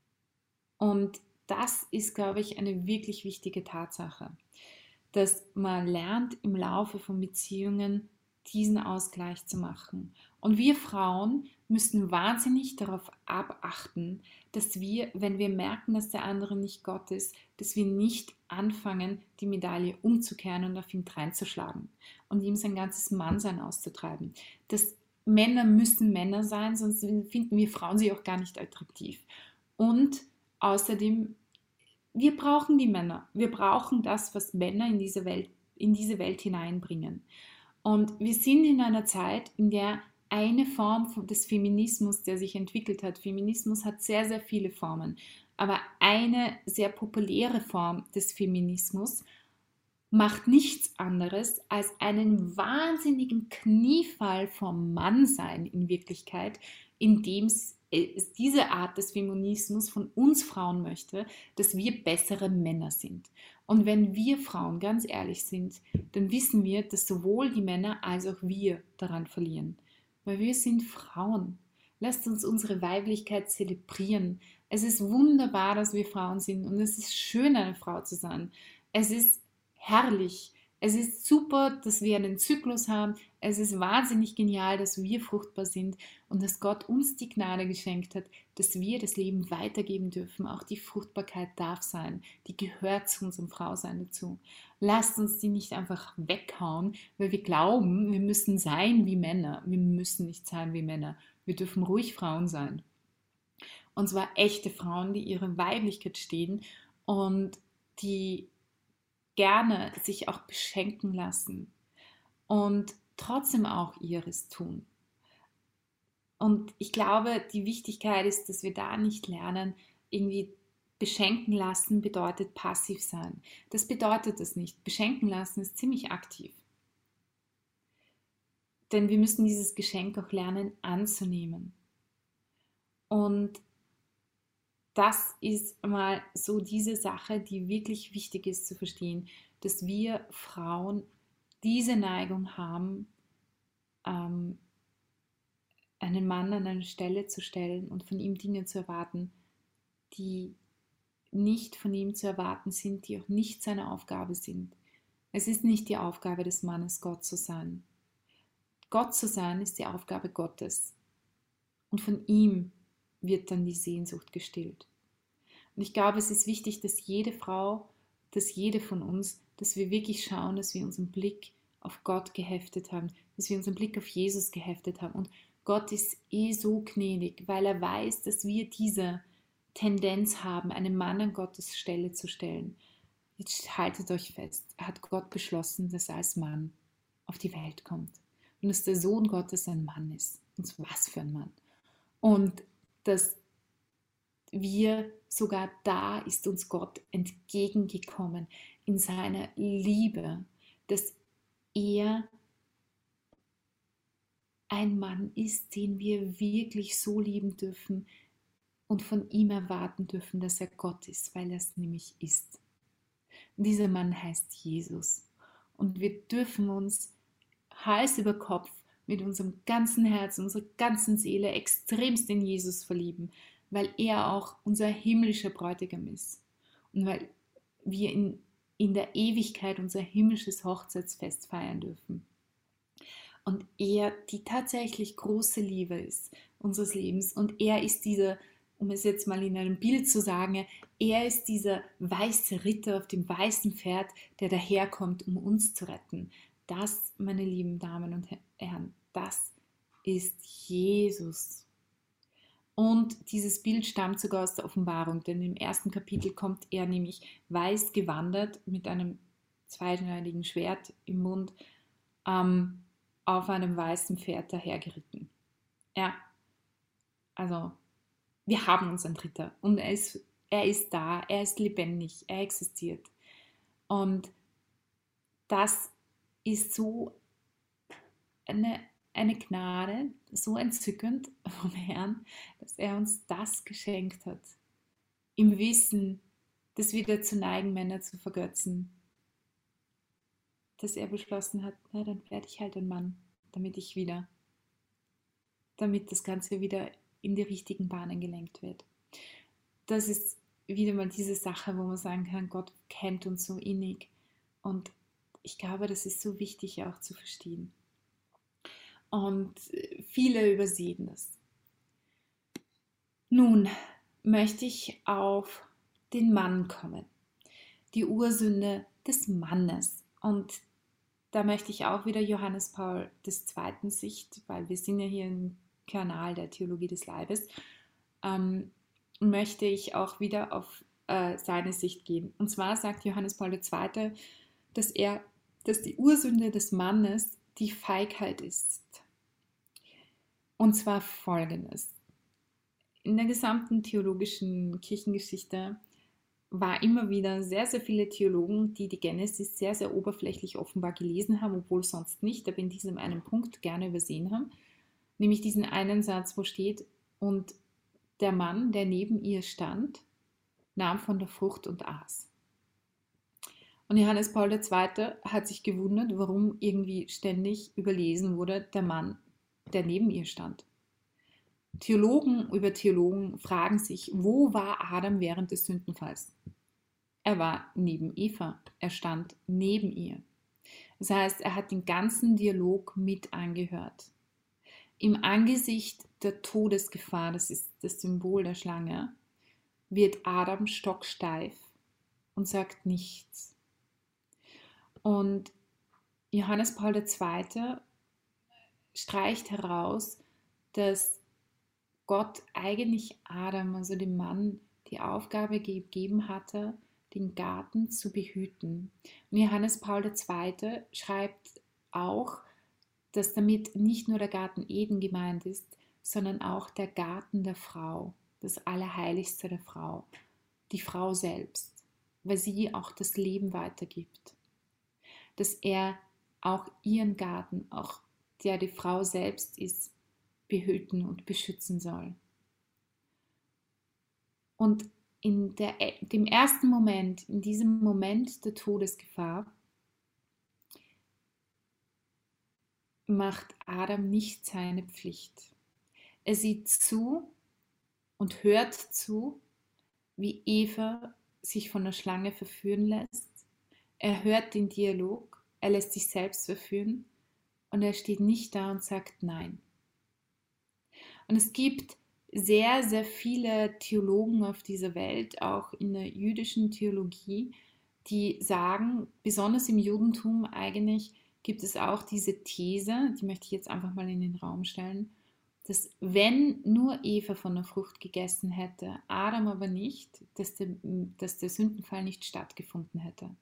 Und das ist, glaube ich, eine wirklich wichtige Tatsache, dass man lernt im Laufe von Beziehungen diesen Ausgleich zu machen. Und wir Frauen müssen wahnsinnig darauf abachten, dass wir, wenn wir merken, dass der andere nicht Gott ist, dass wir nicht anfangen, die Medaille umzukehren und auf ihn dreinzuschlagen und ihm sein ganzes Mannsein auszutreiben. Das Männer müssen Männer sein, sonst finden wir Frauen sie auch gar nicht attraktiv. Und außerdem, wir brauchen die Männer. Wir brauchen das, was Männer in diese Welt, in diese Welt hineinbringen. Und wir sind in einer Zeit, in der eine Form des Feminismus, der sich entwickelt hat, Feminismus hat sehr, sehr viele Formen, aber eine sehr populäre Form des Feminismus macht nichts anderes als einen wahnsinnigen Kniefall vom Mannsein in Wirklichkeit, indem es diese Art des Feminismus von uns Frauen möchte, dass wir bessere Männer sind. Und wenn wir Frauen ganz ehrlich sind, dann wissen wir, dass sowohl die Männer als auch wir daran verlieren. Weil wir sind Frauen. Lasst uns unsere Weiblichkeit zelebrieren. Es ist wunderbar, dass wir Frauen sind und es ist schön, eine Frau zu sein. Es ist herrlich. Es ist super, dass wir einen Zyklus haben. Es ist wahnsinnig genial, dass wir fruchtbar sind und dass Gott uns die Gnade geschenkt hat, dass wir das Leben weitergeben dürfen. Auch die Fruchtbarkeit darf sein. Die gehört zu unserem Frausein dazu. Lasst uns die nicht einfach weghauen, weil wir glauben, wir müssen sein wie Männer. Wir müssen nicht sein wie Männer. Wir dürfen ruhig Frauen sein. Und zwar echte Frauen, die ihre Weiblichkeit stehen und die gerne sich auch beschenken lassen und trotzdem auch ihres tun. Und ich glaube, die Wichtigkeit ist, dass wir da nicht lernen, irgendwie beschenken lassen bedeutet passiv sein. Das bedeutet es nicht. Beschenken lassen ist ziemlich aktiv. Denn wir müssen dieses Geschenk auch lernen anzunehmen. Und das ist mal so diese Sache, die wirklich wichtig ist zu verstehen, dass wir Frauen diese Neigung haben, ähm, einen Mann an eine Stelle zu stellen und von ihm Dinge zu erwarten, die nicht von ihm zu erwarten sind, die auch nicht seine Aufgabe sind. Es ist nicht die Aufgabe des Mannes, Gott zu sein. Gott zu sein ist die Aufgabe Gottes. Und von ihm wird dann die Sehnsucht gestillt. Und ich glaube, es ist wichtig, dass jede Frau, dass jede von uns, dass wir wirklich schauen, dass wir unseren Blick auf Gott geheftet haben, dass wir unseren Blick auf Jesus geheftet haben. Und Gott ist eh so gnädig, weil er weiß, dass wir diese Tendenz haben, einen Mann an Gottes Stelle zu stellen. Jetzt haltet euch fest, hat Gott beschlossen, dass er als Mann auf die Welt kommt und dass der Sohn Gottes ein Mann ist. Und was für ein Mann. Und dass wir sogar da ist uns Gott entgegengekommen in seiner Liebe, dass er ein Mann ist, den wir wirklich so lieben dürfen und von ihm erwarten dürfen, dass er Gott ist, weil er es nämlich ist. Und dieser Mann heißt Jesus. Und wir dürfen uns Hals über Kopf mit unserem ganzen Herz, unserer ganzen Seele extremst in Jesus verlieben, weil er auch unser himmlischer Bräutigam ist und weil wir in, in der Ewigkeit unser himmlisches Hochzeitsfest feiern dürfen. Und er die tatsächlich große Liebe ist unseres Lebens und er ist dieser, um es jetzt mal in einem Bild zu sagen, er ist dieser weiße Ritter auf dem weißen Pferd, der daherkommt, um uns zu retten. Das, meine lieben Damen und Herren, das ist Jesus. Und dieses Bild stammt sogar aus der Offenbarung, denn im ersten Kapitel kommt er nämlich weiß gewandert mit einem zweischneidigen Schwert im Mund ähm, auf einem weißen Pferd dahergeritten. Ja, also wir haben unseren Ritter und er ist, er ist da, er ist lebendig, er existiert. Und das ist so eine, eine Gnade, so entzückend vom Herrn, dass er uns das geschenkt hat. im Wissen, das wieder zu neigen, Männer zu vergötzen, dass er beschlossen hat, na dann werde ich halt ein Mann, damit ich wieder, damit das Ganze wieder in die richtigen Bahnen gelenkt wird. Das ist wieder mal diese Sache, wo man sagen kann, Gott kennt uns so innig. Und ich glaube, das ist so wichtig auch zu verstehen. Und viele übersehen das. Nun möchte ich auf den Mann kommen. Die Ursünde des Mannes. Und da möchte ich auch wieder Johannes Paul der Zweite. Sicht, weil wir sind ja hier im Kanal der Theologie des Leibes, ähm, möchte ich auch wieder auf äh, seine Sicht gehen. Und zwar sagt Johannes Paul der Zweite, dass er, dass die Ursünde des Mannes die Feigheit ist. Und zwar folgendes. In der gesamten theologischen Kirchengeschichte war immer wieder sehr, sehr viele Theologen, die die Genesis sehr, sehr oberflächlich offenbar gelesen haben, obwohl sonst nicht, aber in diesem einen Punkt gerne übersehen haben. Nämlich diesen einen Satz, wo steht, und der Mann, der neben ihr stand, nahm von der Frucht und aß. Und Johannes Paul der Zweite hat sich gewundert, warum irgendwie ständig überlesen wurde, der Mann, der neben ihr stand. Theologen über Theologen fragen sich, wo war Adam während des Sündenfalls? Er war neben Eva, er stand neben ihr. Das heißt, er hat den ganzen Dialog mit angehört. Im Angesicht der Todesgefahr, das ist das Symbol der Schlange, wird Adam stocksteif und sagt nichts. Und Johannes Paul der Zweite streicht heraus, dass Gott eigentlich Adam, also dem Mann, die Aufgabe gegeben hatte, den Garten zu behüten. Und Johannes Paul der Zweite schreibt auch, dass damit nicht nur der Garten Eden gemeint ist, sondern auch der Garten der Frau, das Allerheiligste der Frau, die Frau selbst, weil sie auch das Leben weitergibt. Dass er auch ihren Garten, auch der die Frau selbst ist, behüten und beschützen soll. Und in der, dem ersten Moment, in diesem Moment der Todesgefahr, macht Adam nicht seine Pflicht. Er sieht zu und hört zu, wie Eva sich von der Schlange verführen lässt. Er hört den Dialog, er lässt sich selbst verführen und er steht nicht da und sagt Nein. Und es gibt sehr, sehr viele Theologen auf dieser Welt, auch in der jüdischen Theologie, die sagen, besonders im Judentum eigentlich gibt es auch diese These, die möchte ich jetzt einfach mal in den Raum stellen, dass wenn nur Eva von der Frucht gegessen hätte, Adam aber nicht, dass der, dass der Sündenfall nicht stattgefunden hätte.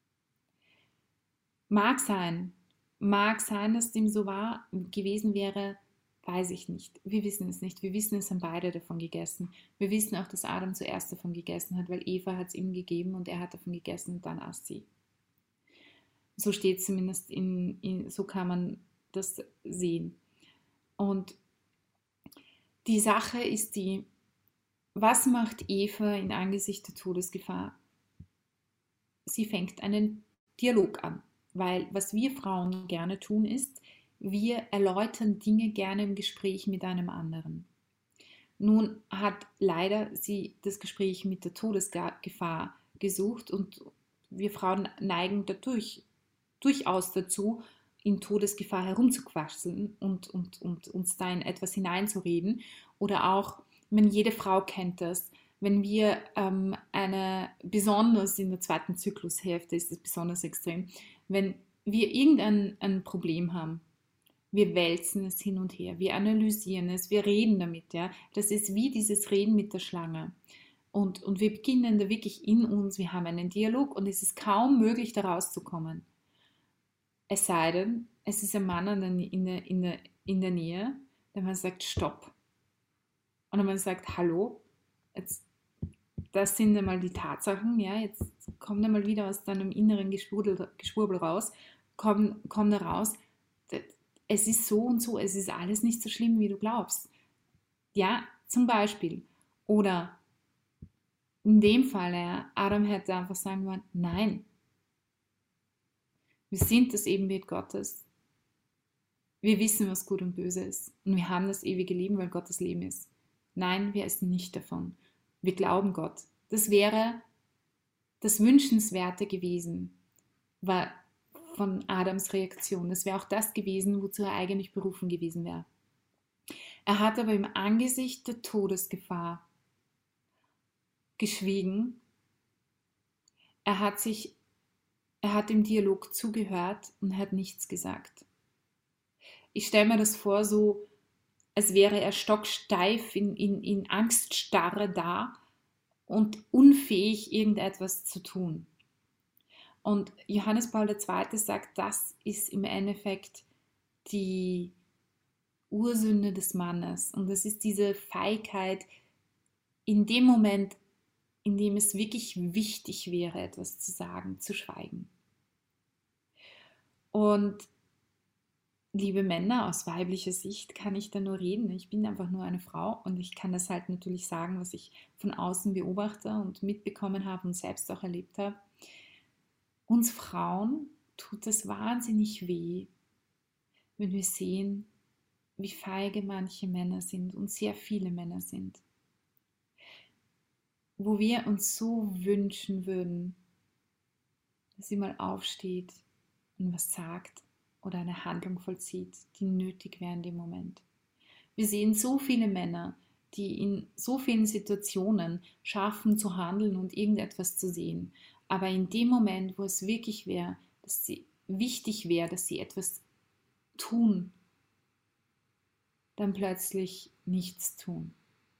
Mag sein, mag sein, dass dem so war, gewesen wäre, weiß ich nicht. Wir wissen es nicht. Wir wissen, es haben beide davon gegessen. Wir wissen auch, dass Adam zuerst davon gegessen hat, weil Eva hat es ihm gegeben und er hat davon gegessen und dann aß sie. So steht es zumindest, in, in, so kann man das sehen. Und die Sache ist die, was macht Eva in Angesicht der Todesgefahr? Sie fängt einen Dialog an, weil was wir Frauen gerne tun ist, wir erläutern Dinge gerne im Gespräch mit einem anderen. Nun hat leider sie das Gespräch mit der Todesgefahr gesucht und wir Frauen neigen dadurch durchaus dazu, in Todesgefahr herumzuquasseln und, und, und uns da in etwas hineinzureden. Oder auch, wenn jede Frau kennt das, wenn wir ähm, eine, besonders in der zweiten Zyklushälfte ist es besonders extrem, wenn wir irgendein ein Problem haben, wir wälzen es hin und her, wir analysieren es, wir reden damit. Ja? Das ist wie dieses Reden mit der Schlange. Und, und wir beginnen da wirklich in uns, wir haben einen Dialog und es ist kaum möglich, da rauszukommen. Es sei denn, es ist ein Mann in der, in der, in der Nähe, der man sagt, stopp. Und man sagt, hallo, jetzt, das sind einmal die Tatsachen, ja, jetzt komm da mal wieder aus deinem inneren Geschwurbel, Geschwurbel raus, komm, komm da raus, es ist so und so, es ist alles nicht so schlimm, wie du glaubst. Ja, zum Beispiel. Oder In dem Fall, ja, Adam hätte einfach sagen wollen, nein, wir sind das Ebenbild Gottes. Wir wissen, was gut und böse ist. Und wir haben das ewige Leben, weil Gott das Leben ist. Nein, wir essen nicht davon. Wir glauben Gott. Das wäre das Wünschenswerte gewesen, war von Adams Reaktion. Das wäre auch das gewesen, wozu er eigentlich berufen gewesen wäre. Er hat aber im Angesicht der Todesgefahr geschwiegen. Er hat sich, er hat dem Dialog zugehört und hat nichts gesagt. Ich stelle mir das vor, so als wäre er stocksteif in, in, in Angststarre da und unfähig, irgendetwas zu tun. Und Johannes Paul der Zweite sagt, das ist im Endeffekt die Ursünde des Mannes. Und das ist diese Feigheit, in dem Moment, in dem es wirklich wichtig wäre, etwas zu sagen, zu schweigen. Und liebe Männer, aus weiblicher Sicht kann ich da nur reden. Ich bin einfach nur eine Frau und ich kann das halt natürlich sagen, was ich von außen beobachte und mitbekommen habe und selbst auch erlebt habe. Uns Frauen tut es wahnsinnig weh, wenn wir sehen, wie feige manche Männer sind und sehr viele Männer sind. Wo wir uns so wünschen würden, dass sie mal aufsteht und was sagt oder eine Handlung vollzieht, die nötig wäre in dem Moment. Wir sehen so viele Männer, die in so vielen Situationen schaffen zu handeln und irgendetwas zu sehen. Aber in dem Moment, wo es wirklich wäre, dass sie wichtig wäre, dass sie etwas tun, dann plötzlich nichts tun.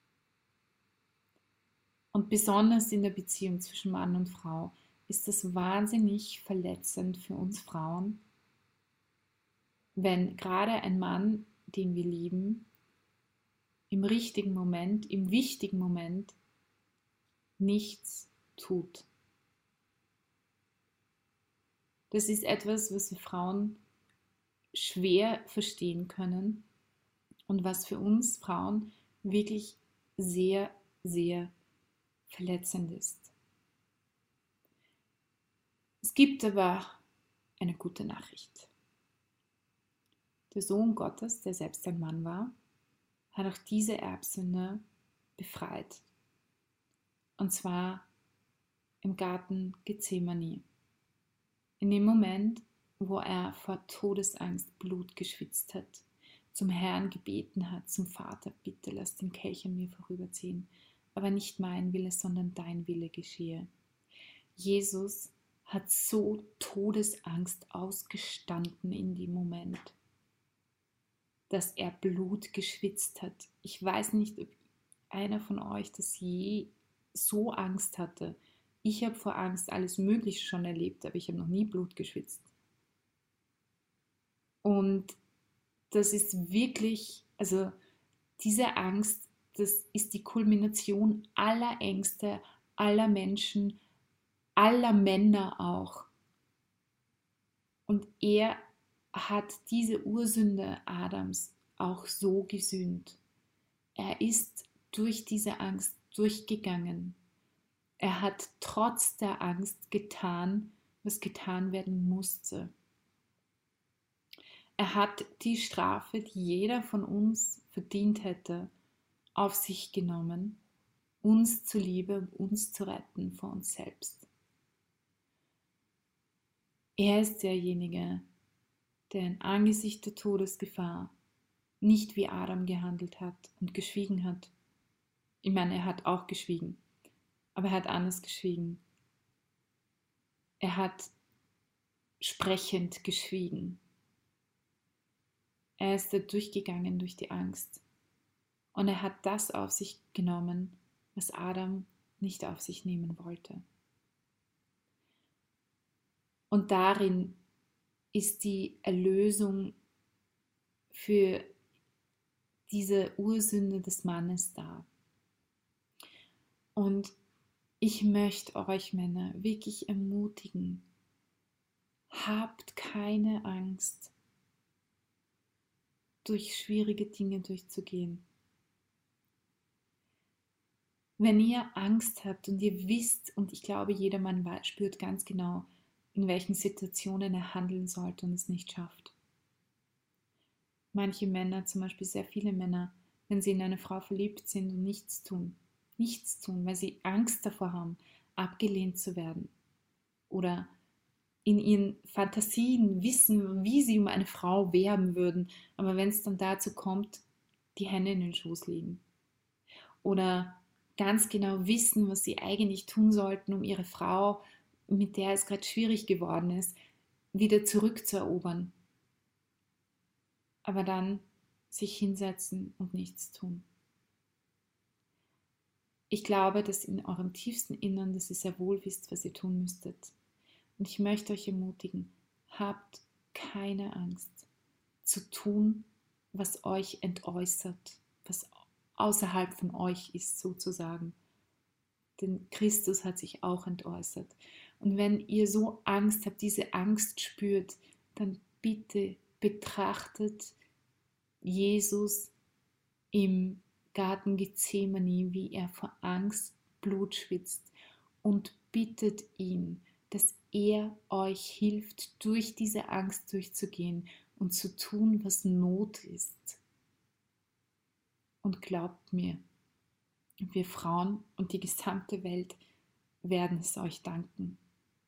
Und besonders in der Beziehung zwischen Mann und Frau ist das wahnsinnig verletzend für uns Frauen, wenn gerade ein Mann, den wir lieben, im richtigen Moment, im wichtigen Moment nichts tut. Das ist etwas, was wir Frauen schwer verstehen können und was für uns Frauen wirklich sehr, sehr verletzend ist. Es gibt aber eine gute Nachricht. Der Sohn Gottes, der selbst ein Mann war, hat auch diese Erbsünde befreit. Und zwar im Garten Gethsemane. In dem Moment, wo er vor Todesangst Blut geschwitzt hat, zum Herrn gebeten hat, zum Vater, bitte lass den Kelch an mir vorüberziehen, aber nicht mein Wille, sondern dein Wille geschehe. Jesus hat so Todesangst ausgestanden in dem Moment, dass er Blut geschwitzt hat. Ich weiß nicht, ob einer von euch das je so Angst hatte. Ich habe vor Angst alles Mögliche schon erlebt, aber ich habe noch nie Blut geschwitzt. Und das ist wirklich, also diese Angst, das ist die Kulmination aller Ängste, aller Menschen, aller Männer auch. Und er hat diese Ursünde Adams auch so gesühnt. Er ist durch diese Angst durchgegangen. Er hat trotz der Angst getan, was getan werden musste. Er hat die Strafe, die jeder von uns verdient hätte, auf sich genommen, uns zuliebe, uns zu retten vor uns selbst. Er ist derjenige, der im Angesicht der Todesgefahr nicht wie Adam gehandelt hat und geschwiegen hat. Ich meine, er hat auch geschwiegen, aber er hat anders geschwiegen. Er hat sprechend geschwiegen. Er ist da durchgegangen durch die Angst. Und er hat das auf sich genommen, was Adam nicht auf sich nehmen wollte. Und darin ist die Erlösung für diese Ursünde des Mannes da. Und ich möchte euch Männer wirklich ermutigen, habt keine Angst, durch schwierige Dinge durchzugehen. Wenn ihr Angst habt und ihr wisst, und ich glaube, jeder Mann spürt ganz genau, in welchen Situationen er handeln sollte und es nicht schafft. Manche Männer, zum Beispiel sehr viele Männer, wenn sie in eine Frau verliebt sind und nichts tun, nichts tun, weil sie Angst davor haben, abgelehnt zu werden oder in ihren Fantasien wissen, wie sie um eine Frau werben würden, aber wenn es dann dazu kommt, die Hände in den Schoß legen oder ganz genau wissen, was sie eigentlich tun sollten, um ihre Frau, mit der es gerade schwierig geworden ist, wieder zurückzuerobern, aber dann sich hinsetzen und nichts tun. Ich glaube, dass in eurem tiefsten Innern, dass ihr sehr wohl wisst, was ihr tun müsstet. Und ich möchte euch ermutigen, habt keine Angst zu tun, was euch entäußert, was außerhalb von euch ist sozusagen. Denn Christus hat sich auch entäußert. Und wenn ihr so Angst habt, diese Angst spürt, dann bitte betrachtet Jesus im Garten Gethsemane, wie er vor Angst Blut schwitzt und bittet ihn, dass er euch hilft, durch diese Angst durchzugehen und zu tun, was Not ist. Und glaubt mir, wir Frauen und die gesamte Welt werden es euch danken.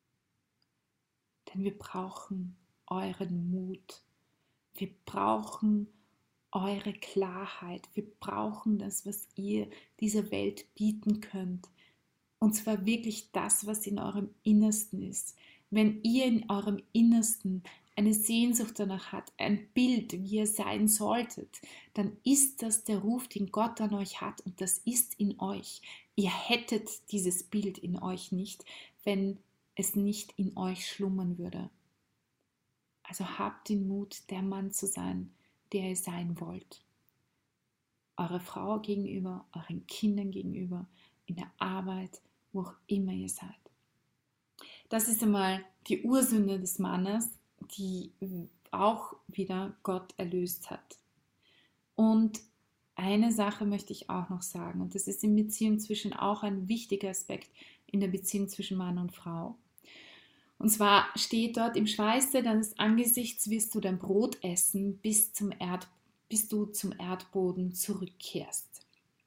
Denn wir brauchen euren Mut. Wir brauchen eure Klarheit. Wir brauchen das, was ihr dieser Welt bieten könnt. Und zwar wirklich das, was in eurem Innersten ist. Wenn ihr in eurem Innersten eine Sehnsucht danach habt, ein Bild, wie ihr sein solltet, dann ist das der Ruf, den Gott an euch hat und das ist in euch. Ihr hättet dieses Bild in euch nicht, wenn es nicht in euch schlummern würde. Also habt den Mut, der Mann zu sein, der ihr sein wollt. Eurer Frau gegenüber, euren Kindern gegenüber, in der Arbeit, wo auch immer ihr seid. Das ist einmal die Ursünde des Mannes, die auch wieder Gott erlöst hat. Und eine Sache möchte ich auch noch sagen, und das ist in Beziehung zwischen auch ein wichtiger Aspekt in der Beziehung zwischen Mann und Frau. Und zwar steht dort, im Schweiße deines Angesichts wirst du dein Brot essen, bis, zum Erd, bis du zum Erdboden zurückkehrst.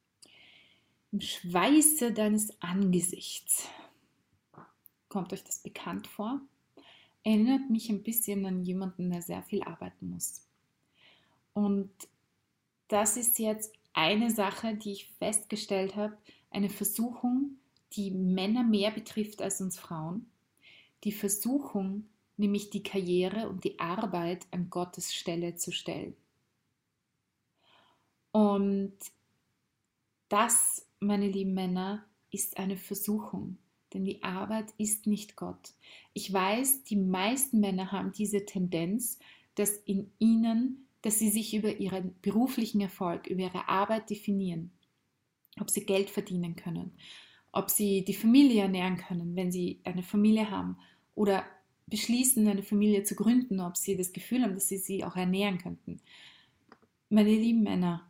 Im Schweiße deines Angesichts. Kommt euch das bekannt vor? Erinnert mich ein bisschen an jemanden, der sehr viel arbeiten muss. Und das ist jetzt eine Sache, die ich festgestellt habe, eine Versuchung, die Männer mehr betrifft als uns Frauen. Die Versuchung, nämlich die Karriere und die Arbeit an Gottes Stelle zu stellen. Und das, meine lieben Männer, ist eine Versuchung, denn die Arbeit ist nicht Gott. Ich weiß, die meisten Männer haben diese Tendenz, dass in ihnen, dass sie sich über ihren beruflichen Erfolg, über ihre Arbeit definieren, ob sie Geld verdienen können, ob sie die Familie ernähren können, wenn sie eine Familie haben, oder beschließen, eine Familie zu gründen, ob sie das Gefühl haben, dass sie sie auch ernähren könnten. Meine lieben Männer,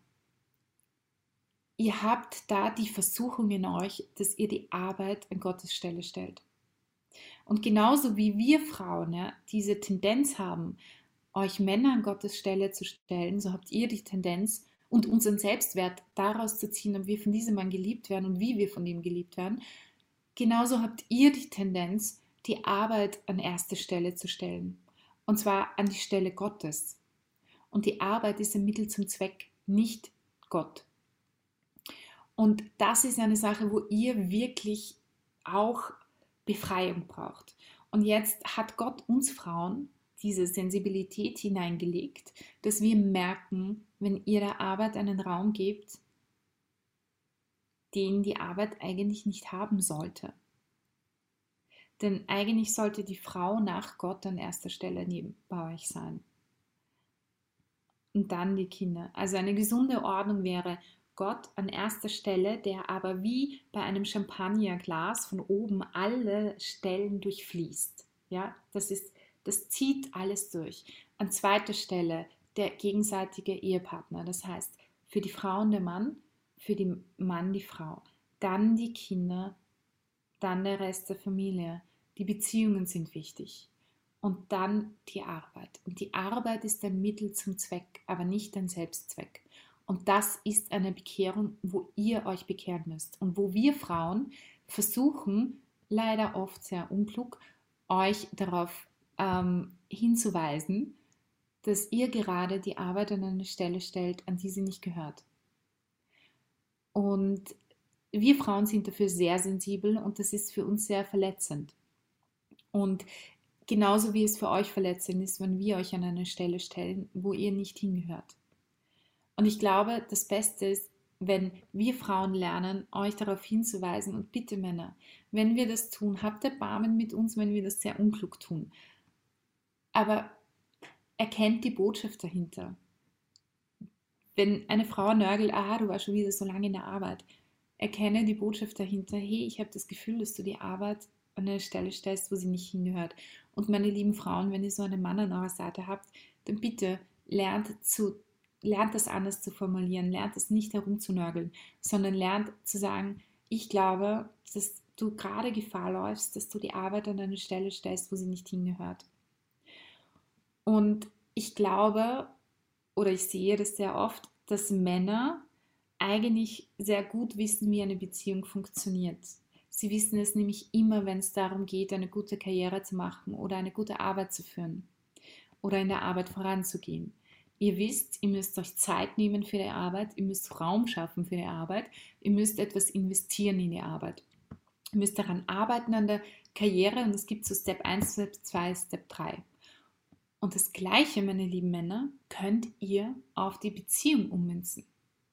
ihr habt da die Versuchung in euch, dass ihr die Arbeit an Gottes Stelle stellt. Und genauso wie wir Frauen ja, diese Tendenz haben, euch Männer an Gottes Stelle zu stellen, so habt ihr die Tendenz und unseren Selbstwert daraus zu ziehen, ob wir von diesem Mann geliebt werden und wie wir von ihm geliebt werden. Genauso habt ihr die Tendenz, die Arbeit an erste Stelle zu stellen. Und zwar an die Stelle Gottes. Und die Arbeit ist ein Mittel zum Zweck, nicht Gott. Und das ist eine Sache, wo ihr wirklich auch Befreiung braucht. Und jetzt hat Gott uns Frauen diese Sensibilität hineingelegt, dass wir merken, wenn ihr der Arbeit einen Raum gebt, den die Arbeit eigentlich nicht haben sollte. Denn eigentlich sollte die Frau nach Gott an erster Stelle neben bei euch sein. Und dann die Kinder. Also eine gesunde Ordnung wäre Gott an erster Stelle, der aber wie bei einem Champagnerglas von oben alle Stellen durchfließt. Ja, das ist, das zieht alles durch. An zweiter Stelle der gegenseitige Ehepartner. Das heißt, für die Frau der Mann, für den Mann die Frau. dann die Kinder, dann der Rest der Familie. Die Beziehungen sind wichtig. Und dann die Arbeit. Und die Arbeit ist ein Mittel zum Zweck, aber nicht ein Selbstzweck. Und das ist eine Bekehrung, wo ihr euch bekehren müsst. Und wo wir Frauen versuchen, leider oft sehr unklug, euch darauf ähm, hinzuweisen, dass ihr gerade die Arbeit an eine Stelle stellt, an die sie nicht gehört. Und wir Frauen sind dafür sehr sensibel und das ist für uns sehr verletzend. Und genauso wie es für euch verletzend ist, wenn wir euch an eine Stelle stellen, wo ihr nicht hingehört. Und ich glaube, das Beste ist, wenn wir Frauen lernen, euch darauf hinzuweisen. Und bitte Männer, wenn wir das tun, habt Erbarmen mit uns, wenn wir das sehr unklug tun. Aber erkennt die Botschaft dahinter. Wenn eine Frau nörgelt, aha, du warst schon wieder so lange in der Arbeit, erkenne die Botschaft dahinter, hey, ich habe das Gefühl, dass du die Arbeit an eine Stelle stellst, wo sie nicht hingehört. Und meine lieben Frauen, wenn ihr so einen Mann an eurer Seite habt, dann bitte lernt, zu, lernt das anders zu formulieren, lernt es nicht herumzunörgeln, sondern lernt zu sagen, ich glaube, dass du gerade Gefahr läufst, dass du die Arbeit an eine Stelle stellst, wo sie nicht hingehört. Und ich glaube, oder ich sehe das sehr oft, dass Männer eigentlich sehr gut wissen, wie eine Beziehung funktioniert. Sie wissen es nämlich immer, wenn es darum geht, eine gute Karriere zu machen oder eine gute Arbeit zu führen oder in der Arbeit voranzugehen. Ihr wisst, ihr müsst euch Zeit nehmen für die Arbeit, ihr müsst Raum schaffen für die Arbeit, ihr müsst etwas investieren in die Arbeit. Ihr müsst daran arbeiten an der Karriere und es gibt so Step eins, Step zwei, Step drei. Und das Gleiche, meine lieben Männer, könnt ihr auf die Beziehung ummünzen.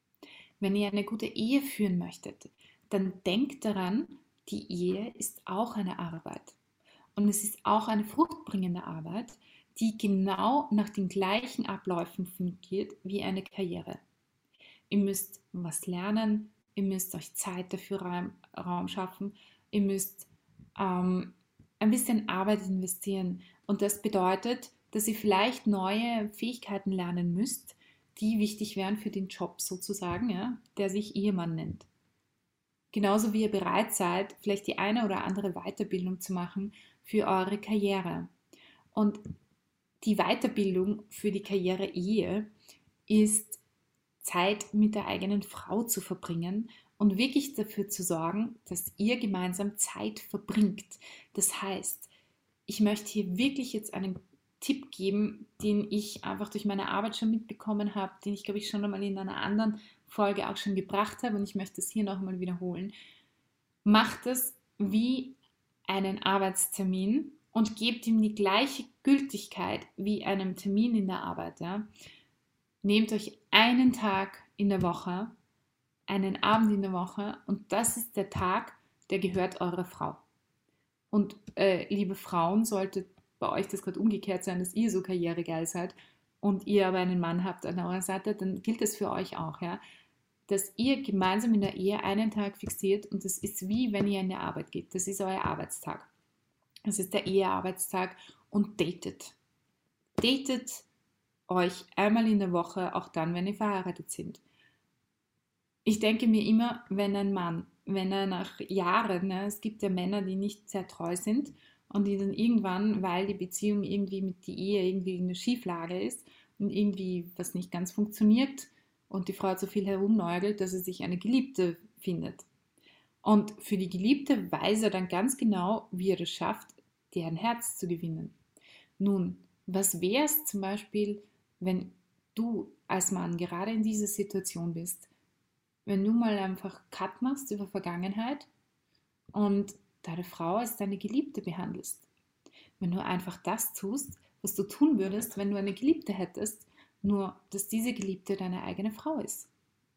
Wenn ihr eine gute Ehe führen möchtet, dann denkt daran, die Ehe ist auch eine Arbeit. Und es ist auch eine fruchtbringende Arbeit, die genau nach den gleichen Abläufen fungiert wie eine Karriere. Ihr müsst was lernen, ihr müsst euch Zeit dafür Raum, Raum schaffen, ihr müsst ähm, ein bisschen Arbeit investieren. Und das bedeutet, dass ihr vielleicht neue Fähigkeiten lernen müsst, die wichtig wären für den Job sozusagen, ja, der sich Ehemann nennt. Genauso wie ihr bereit seid, vielleicht die eine oder andere Weiterbildung zu machen für eure Karriere. Und die Weiterbildung für die Karriere Ehe ist Zeit mit der eigenen Frau zu verbringen und wirklich dafür zu sorgen, dass ihr gemeinsam Zeit verbringt. Das heißt, ich möchte hier wirklich jetzt einen Tipp geben, den ich einfach durch meine Arbeit schon mitbekommen habe, den ich, glaube ich, schon einmal in einer anderen Folge auch schon gebracht habe und ich möchte es hier nochmal wiederholen. Macht es wie einen Arbeitstermin und gebt ihm die gleiche Gültigkeit wie einem Termin in der Arbeit. Ja? Nehmt euch einen Tag in der Woche, einen Abend in der Woche und das ist der Tag, der gehört eurer Frau. Und äh, liebe Frauen, sollte bei euch das gerade umgekehrt sein, dass ihr so karrieregeil seid und ihr aber einen Mann habt an eurer Seite, dann gilt das für euch auch, ja, dass ihr gemeinsam in der Ehe einen Tag fixiert und das ist wie wenn ihr in die Arbeit geht. Das ist euer Arbeitstag. Das ist der Ehearbeitstag und datet. Datet euch einmal in der Woche, auch dann, wenn ihr verheiratet sind. Ich denke mir immer, wenn ein Mann, wenn er nach Jahren, ne, es gibt ja Männer, die nicht sehr treu sind und die dann irgendwann, weil die Beziehung irgendwie mit der Ehe irgendwie in einer Schieflage ist und irgendwie was nicht ganz funktioniert und die Frau zu viel herumnäugelt, dass er sich eine Geliebte findet. Und für die Geliebte weiß er dann ganz genau, wie er das schafft, deren Herz zu gewinnen. Nun, was wäre es zum Beispiel, wenn du als Mann gerade in dieser Situation bist, wenn du mal einfach Cut machst über Vergangenheit und deine Frau als deine Geliebte behandelst. Wenn du einfach das tust, was du tun würdest, wenn du eine Geliebte hättest, nur dass diese Geliebte deine eigene Frau ist.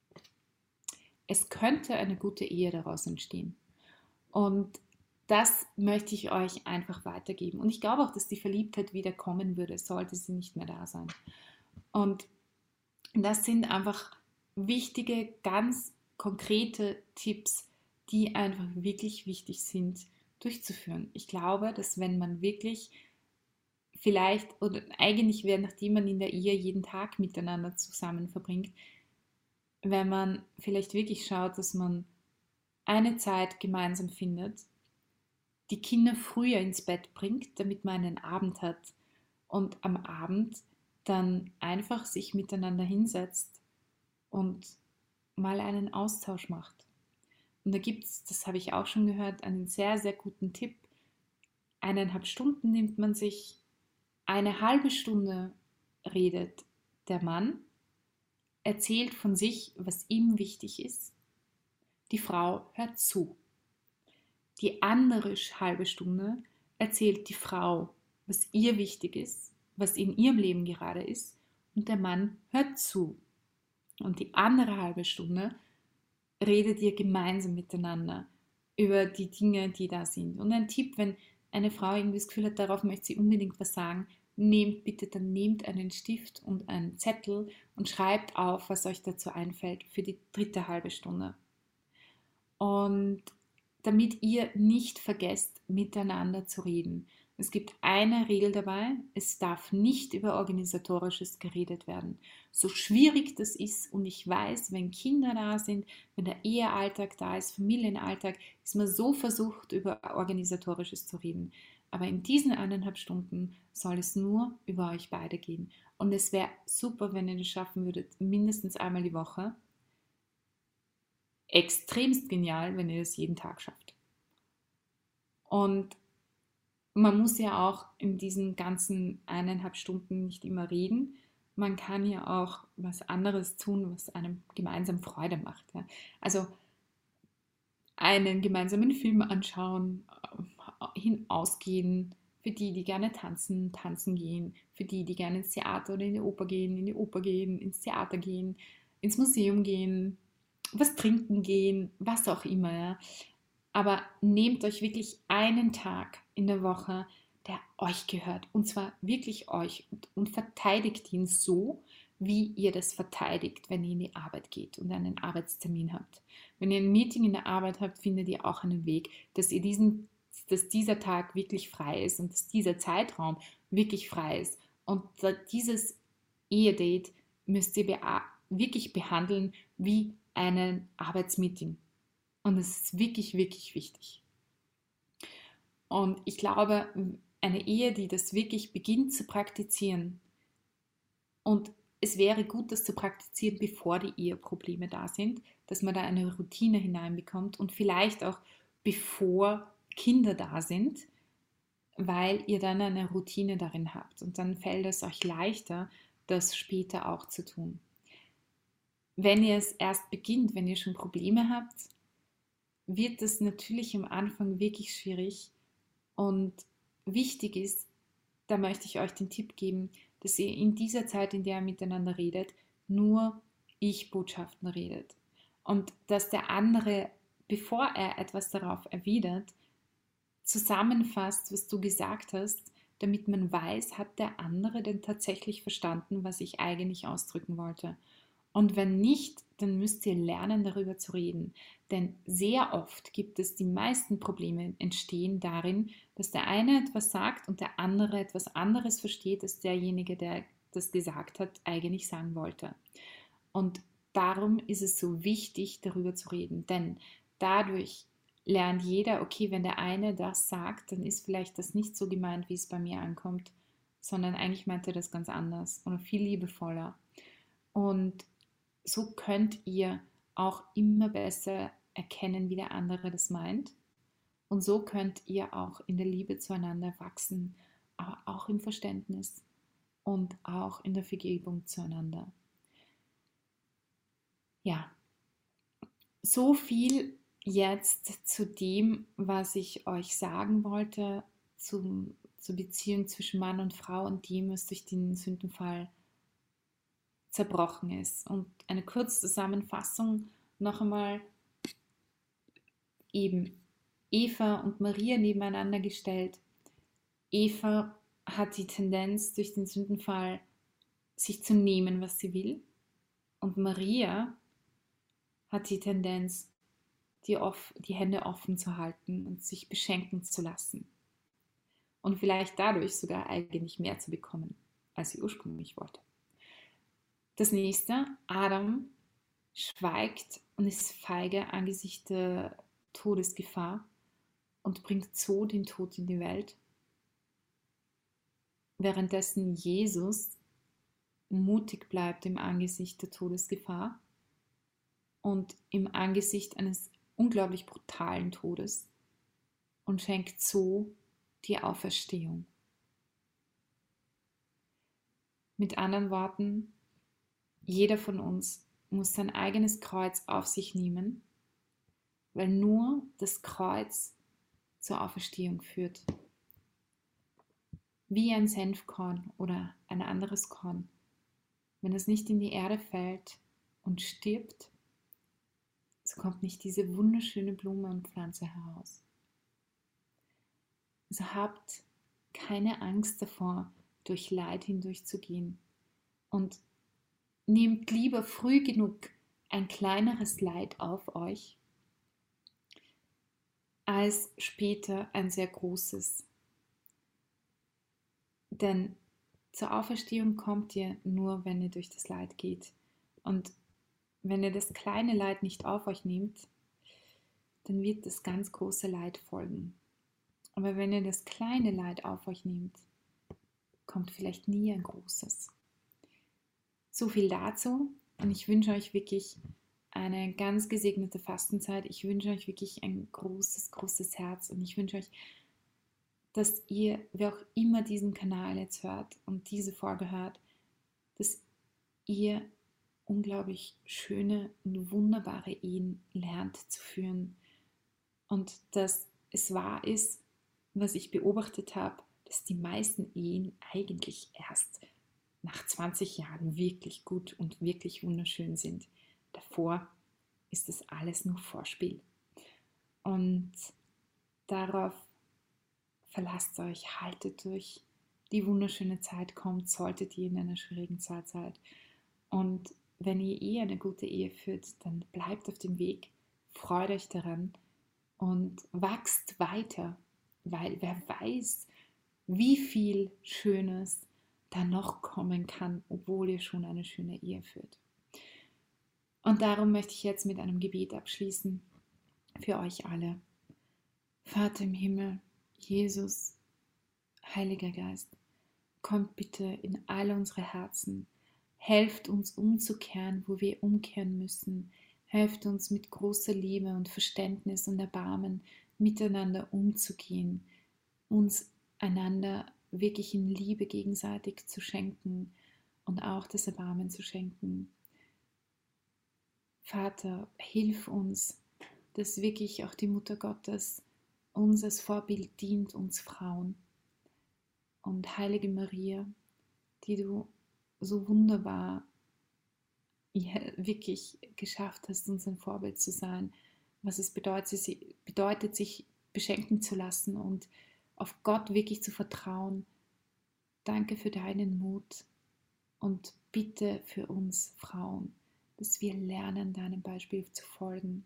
Es könnte eine gute Ehe daraus entstehen. Und das möchte ich euch einfach weitergeben. Und ich glaube auch, dass die Verliebtheit wieder kommen würde, sollte sie nicht mehr da sein. Und das sind einfach wichtige, ganz konkrete Tipps, die einfach wirklich wichtig sind durchzuführen. Ich glaube, dass wenn man wirklich vielleicht, oder eigentlich wäre, nachdem man in der Ehe jeden Tag miteinander zusammen verbringt, wenn man vielleicht wirklich schaut, dass man eine Zeit gemeinsam findet, die Kinder früher ins Bett bringt, damit man einen Abend hat und am Abend dann einfach sich miteinander hinsetzt und mal einen Austausch macht. Und da gibt es, das habe ich auch schon gehört, einen sehr, sehr guten Tipp. Eineinhalb Stunden nimmt man sich, eine halbe Stunde redet der Mann, erzählt von sich, was ihm wichtig ist. Die Frau hört zu. Die andere halbe Stunde erzählt die Frau, was ihr wichtig ist, was in ihrem Leben gerade ist, und der Mann hört zu. Und die andere halbe Stunde redet ihr gemeinsam miteinander über die Dinge, die da sind. Und ein Tipp, wenn eine Frau irgendwie das Gefühl hat, darauf möchte sie unbedingt was sagen, nehmt bitte, dann nehmt einen Stift und einen Zettel und schreibt auf, was euch dazu einfällt für die dritte halbe Stunde. Und damit ihr nicht vergesst, miteinander zu reden. Es gibt eine Regel dabei, es darf nicht über Organisatorisches geredet werden. So schwierig das ist, und ich weiß, wenn Kinder da sind, wenn der Ehealltag da ist, Familienalltag, ist man so versucht, über Organisatorisches zu reden. Aber in diesen eineinhalb Stunden soll es nur über euch beide gehen. Und es wäre super, wenn ihr das schaffen würdet, mindestens einmal die Woche. Extremst genial, wenn ihr das jeden Tag schafft. Und man muss ja auch in diesen ganzen eineinhalb Stunden nicht immer reden. Man kann ja auch was anderes tun, was einem gemeinsam Freude macht. Ja. Also einen gemeinsamen Film anschauen, hinausgehen, für die, die gerne tanzen, tanzen gehen, für die, die gerne ins Theater oder in die Oper gehen, in die Oper gehen, ins Theater gehen, ins Museum gehen, was trinken gehen, was auch immer. Ja. Aber nehmt euch wirklich einen Tag in der Woche, der euch gehört. Und zwar wirklich euch. Und, und verteidigt ihn so, wie ihr das verteidigt, wenn ihr in die Arbeit geht und einen Arbeitstermin habt. Wenn ihr ein Meeting in der Arbeit habt, findet ihr auch einen Weg, dass ihr diesen, dass dieser Tag wirklich frei ist und dass dieser Zeitraum wirklich frei ist. Und dieses Ehedate müsst ihr bea- wirklich behandeln wie einen Arbeitsmeeting. Und es ist wirklich, wirklich wichtig. Und ich glaube, eine Ehe, die das wirklich beginnt zu praktizieren, und es wäre gut, das zu praktizieren, bevor die Eheprobleme da sind, dass man da eine Routine hineinbekommt und vielleicht auch bevor Kinder da sind, weil ihr dann eine Routine darin habt. Und dann fällt es euch leichter, das später auch zu tun. Wenn ihr es erst beginnt, wenn ihr schon Probleme habt, wird es natürlich am Anfang wirklich schwierig, und wichtig ist, da möchte ich euch den Tipp geben, dass ihr in dieser Zeit, in der ihr miteinander redet, nur Ich-Botschaften redet und dass der andere, bevor er etwas darauf erwidert, zusammenfasst, was du gesagt hast, damit man weiß, hat der andere denn tatsächlich verstanden, was ich eigentlich ausdrücken wollte. Und wenn nicht, dann müsst ihr lernen, darüber zu reden. Denn sehr oft gibt es, die meisten Probleme entstehen darin, dass der eine etwas sagt und der andere etwas anderes versteht, als derjenige, der das gesagt hat, eigentlich sagen wollte. Und darum ist es so wichtig, darüber zu reden. Denn dadurch lernt jeder, okay, wenn der eine das sagt, dann ist vielleicht das nicht so gemeint, wie es bei mir ankommt, sondern eigentlich meint er das ganz anders oder viel liebevoller. Und so könnt ihr auch immer besser erkennen, wie der andere das meint. Und so könnt ihr auch in der Liebe zueinander wachsen, aber auch im Verständnis und auch in der Vergebung zueinander. Ja, so viel jetzt zu dem, was ich euch sagen wollte, zum, zur Beziehung zwischen Mann und Frau und dem, was durch den Sündenfall zerbrochen ist. Und eine kurze Zusammenfassung noch einmal: eben Eva und Maria nebeneinander gestellt. Eva hat die Tendenz, durch den Sündenfall sich zu nehmen, was sie will. Und Maria hat die Tendenz, die, off- die Hände offen zu halten und sich beschenken zu lassen. Und vielleicht dadurch sogar eigentlich mehr zu bekommen, als sie ursprünglich wollte. Das nächste: Adam schweigt und ist feige angesichts der Todesgefahr und bringt so den Tod in die Welt, währenddessen Jesus mutig bleibt im Angesicht der Todesgefahr und im Angesicht eines unglaublich brutalen Todes und schenkt so die Auferstehung. Mit anderen Worten, jeder von uns muss sein eigenes Kreuz auf sich nehmen, weil nur das Kreuz zur Auferstehung führt. Wie ein Senfkorn oder ein anderes Korn. Wenn es nicht in die Erde fällt und stirbt, so kommt nicht diese wunderschöne Blume und Pflanze heraus. Also habt keine Angst davor, durch Leid hindurchzugehen und nehmt lieber früh genug ein kleineres Leid auf euch, als später ein sehr großes. Denn zur Auferstehung kommt ihr nur, wenn ihr durch das Leid geht. Und wenn ihr das kleine Leid nicht auf euch nehmt, dann wird das ganz große Leid folgen. Aber wenn ihr das kleine Leid auf euch nehmt, kommt vielleicht nie ein großes. So viel dazu. Und ich wünsche euch wirklich eine ganz gesegnete Fastenzeit. Ich wünsche euch wirklich ein großes, großes Herz. Und ich wünsche euch, dass ihr, wer auch immer diesen Kanal jetzt hört und diese Folge hört, dass ihr unglaublich schöne und wunderbare Ehen lernt zu führen. Und dass es wahr ist, was ich beobachtet habe, dass die meisten Ehen eigentlich erst nach zwanzig Jahren wirklich gut und wirklich wunderschön sind. Davor ist das alles nur Vorspiel. Und darauf verlasst euch, haltet durch. Die wunderschöne Zeit kommt, solltet ihr in einer schwierigen Zeit seid. Und wenn ihr eh eine gute Ehe führt, dann bleibt auf dem Weg, freut euch daran und wachst weiter, weil wer weiß, wie viel Schönes da noch kommen kann, obwohl ihr schon eine schöne Ehe führt. Und darum möchte ich jetzt mit einem Gebet abschließen für euch alle. Vater im Himmel, Jesus, Heiliger Geist, kommt bitte in all unsere Herzen, helft uns umzukehren, wo wir umkehren müssen, helft uns mit großer Liebe und Verständnis und Erbarmen miteinander umzugehen, uns einander wirklich in Liebe gegenseitig zu schenken und auch das Erbarmen zu schenken. Vater, hilf uns, dass wirklich auch die Mutter Gottes uns als Vorbild dient, uns Frauen. Und Heilige Maria, die du so wunderbar ja, wirklich geschafft hast, uns ein Vorbild zu sein, was es bedeutet, bedeutet, sich beschenken zu lassen und auf Gott wirklich zu vertrauen. Danke für deinen Mut und bitte für uns Frauen, dass wir lernen, deinem Beispiel zu folgen.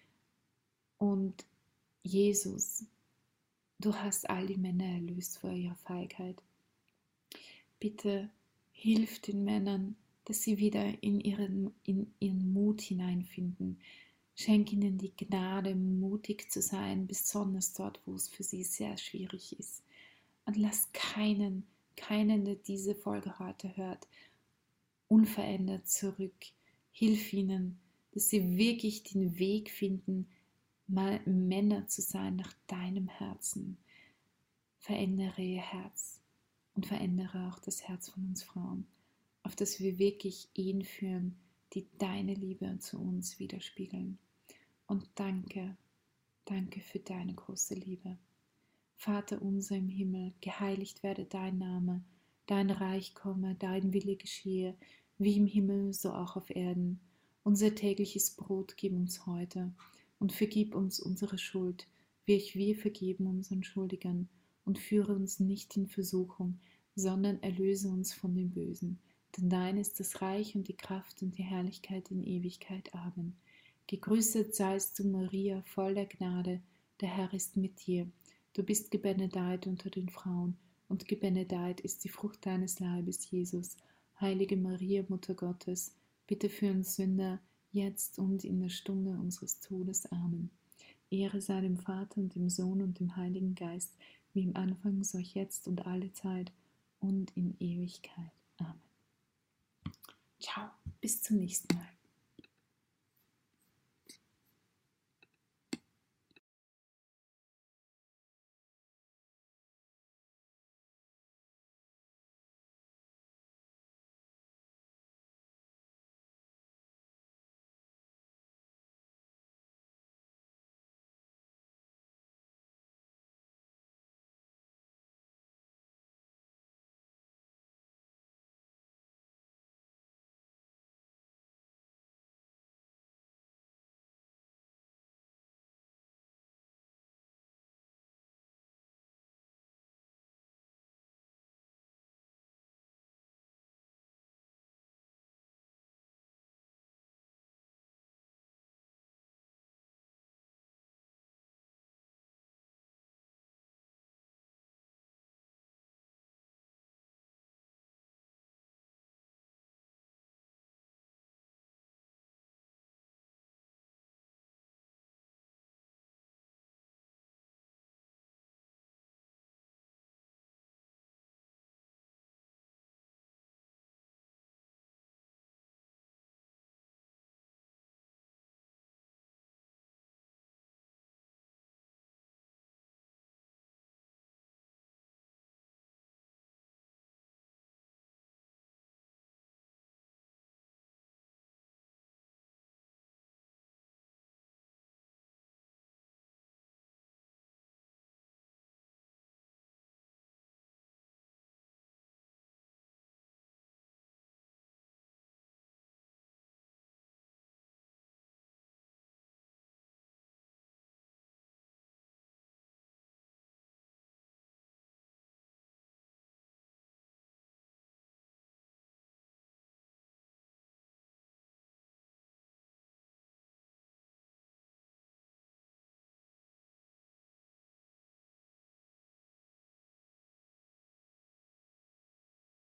Und Jesus, du hast all die Männer erlöst vor ihrer Feigheit. Bitte hilf den Männern, dass sie wieder in ihren, in ihren Mut hineinfinden. Schenk ihnen die Gnade, mutig zu sein, besonders dort, wo es für sie sehr schwierig ist. Und lass keinen, keinen, der diese Folge heute hört, unverändert zurück. Hilf ihnen, dass sie wirklich den Weg finden, mal Männer zu sein nach deinem Herzen. Verändere ihr Herz und verändere auch das Herz von uns Frauen, auf dass wir wirklich Ehen führen, die deine Liebe zu uns widerspiegeln. Und danke, danke für deine große Liebe. Vater unser im Himmel, geheiligt werde dein Name, dein Reich komme, dein Wille geschehe, wie im Himmel, so auch auf Erden. Unser tägliches Brot gib uns heute und vergib uns unsere Schuld, wie auch wir vergeben unseren Schuldigern, und führe uns nicht in Versuchung, sondern erlöse uns von dem Bösen. Denn dein ist das Reich und die Kraft und die Herrlichkeit in Ewigkeit. Amen. Gegrüßet seist du, Maria, voll der Gnade, der Herr ist mit dir. Du bist gebenedeit unter den Frauen, und gebenedeit ist die Frucht deines Leibes, Jesus. Heilige Maria, Mutter Gottes, bitte für uns Sünder, jetzt und in der Stunde unseres Todes. Amen. Ehre sei dem Vater und dem Sohn und dem Heiligen Geist, wie im Anfang, so auch jetzt und alle Zeit und in Ewigkeit. Amen. Ciao, bis zum nächsten Mal.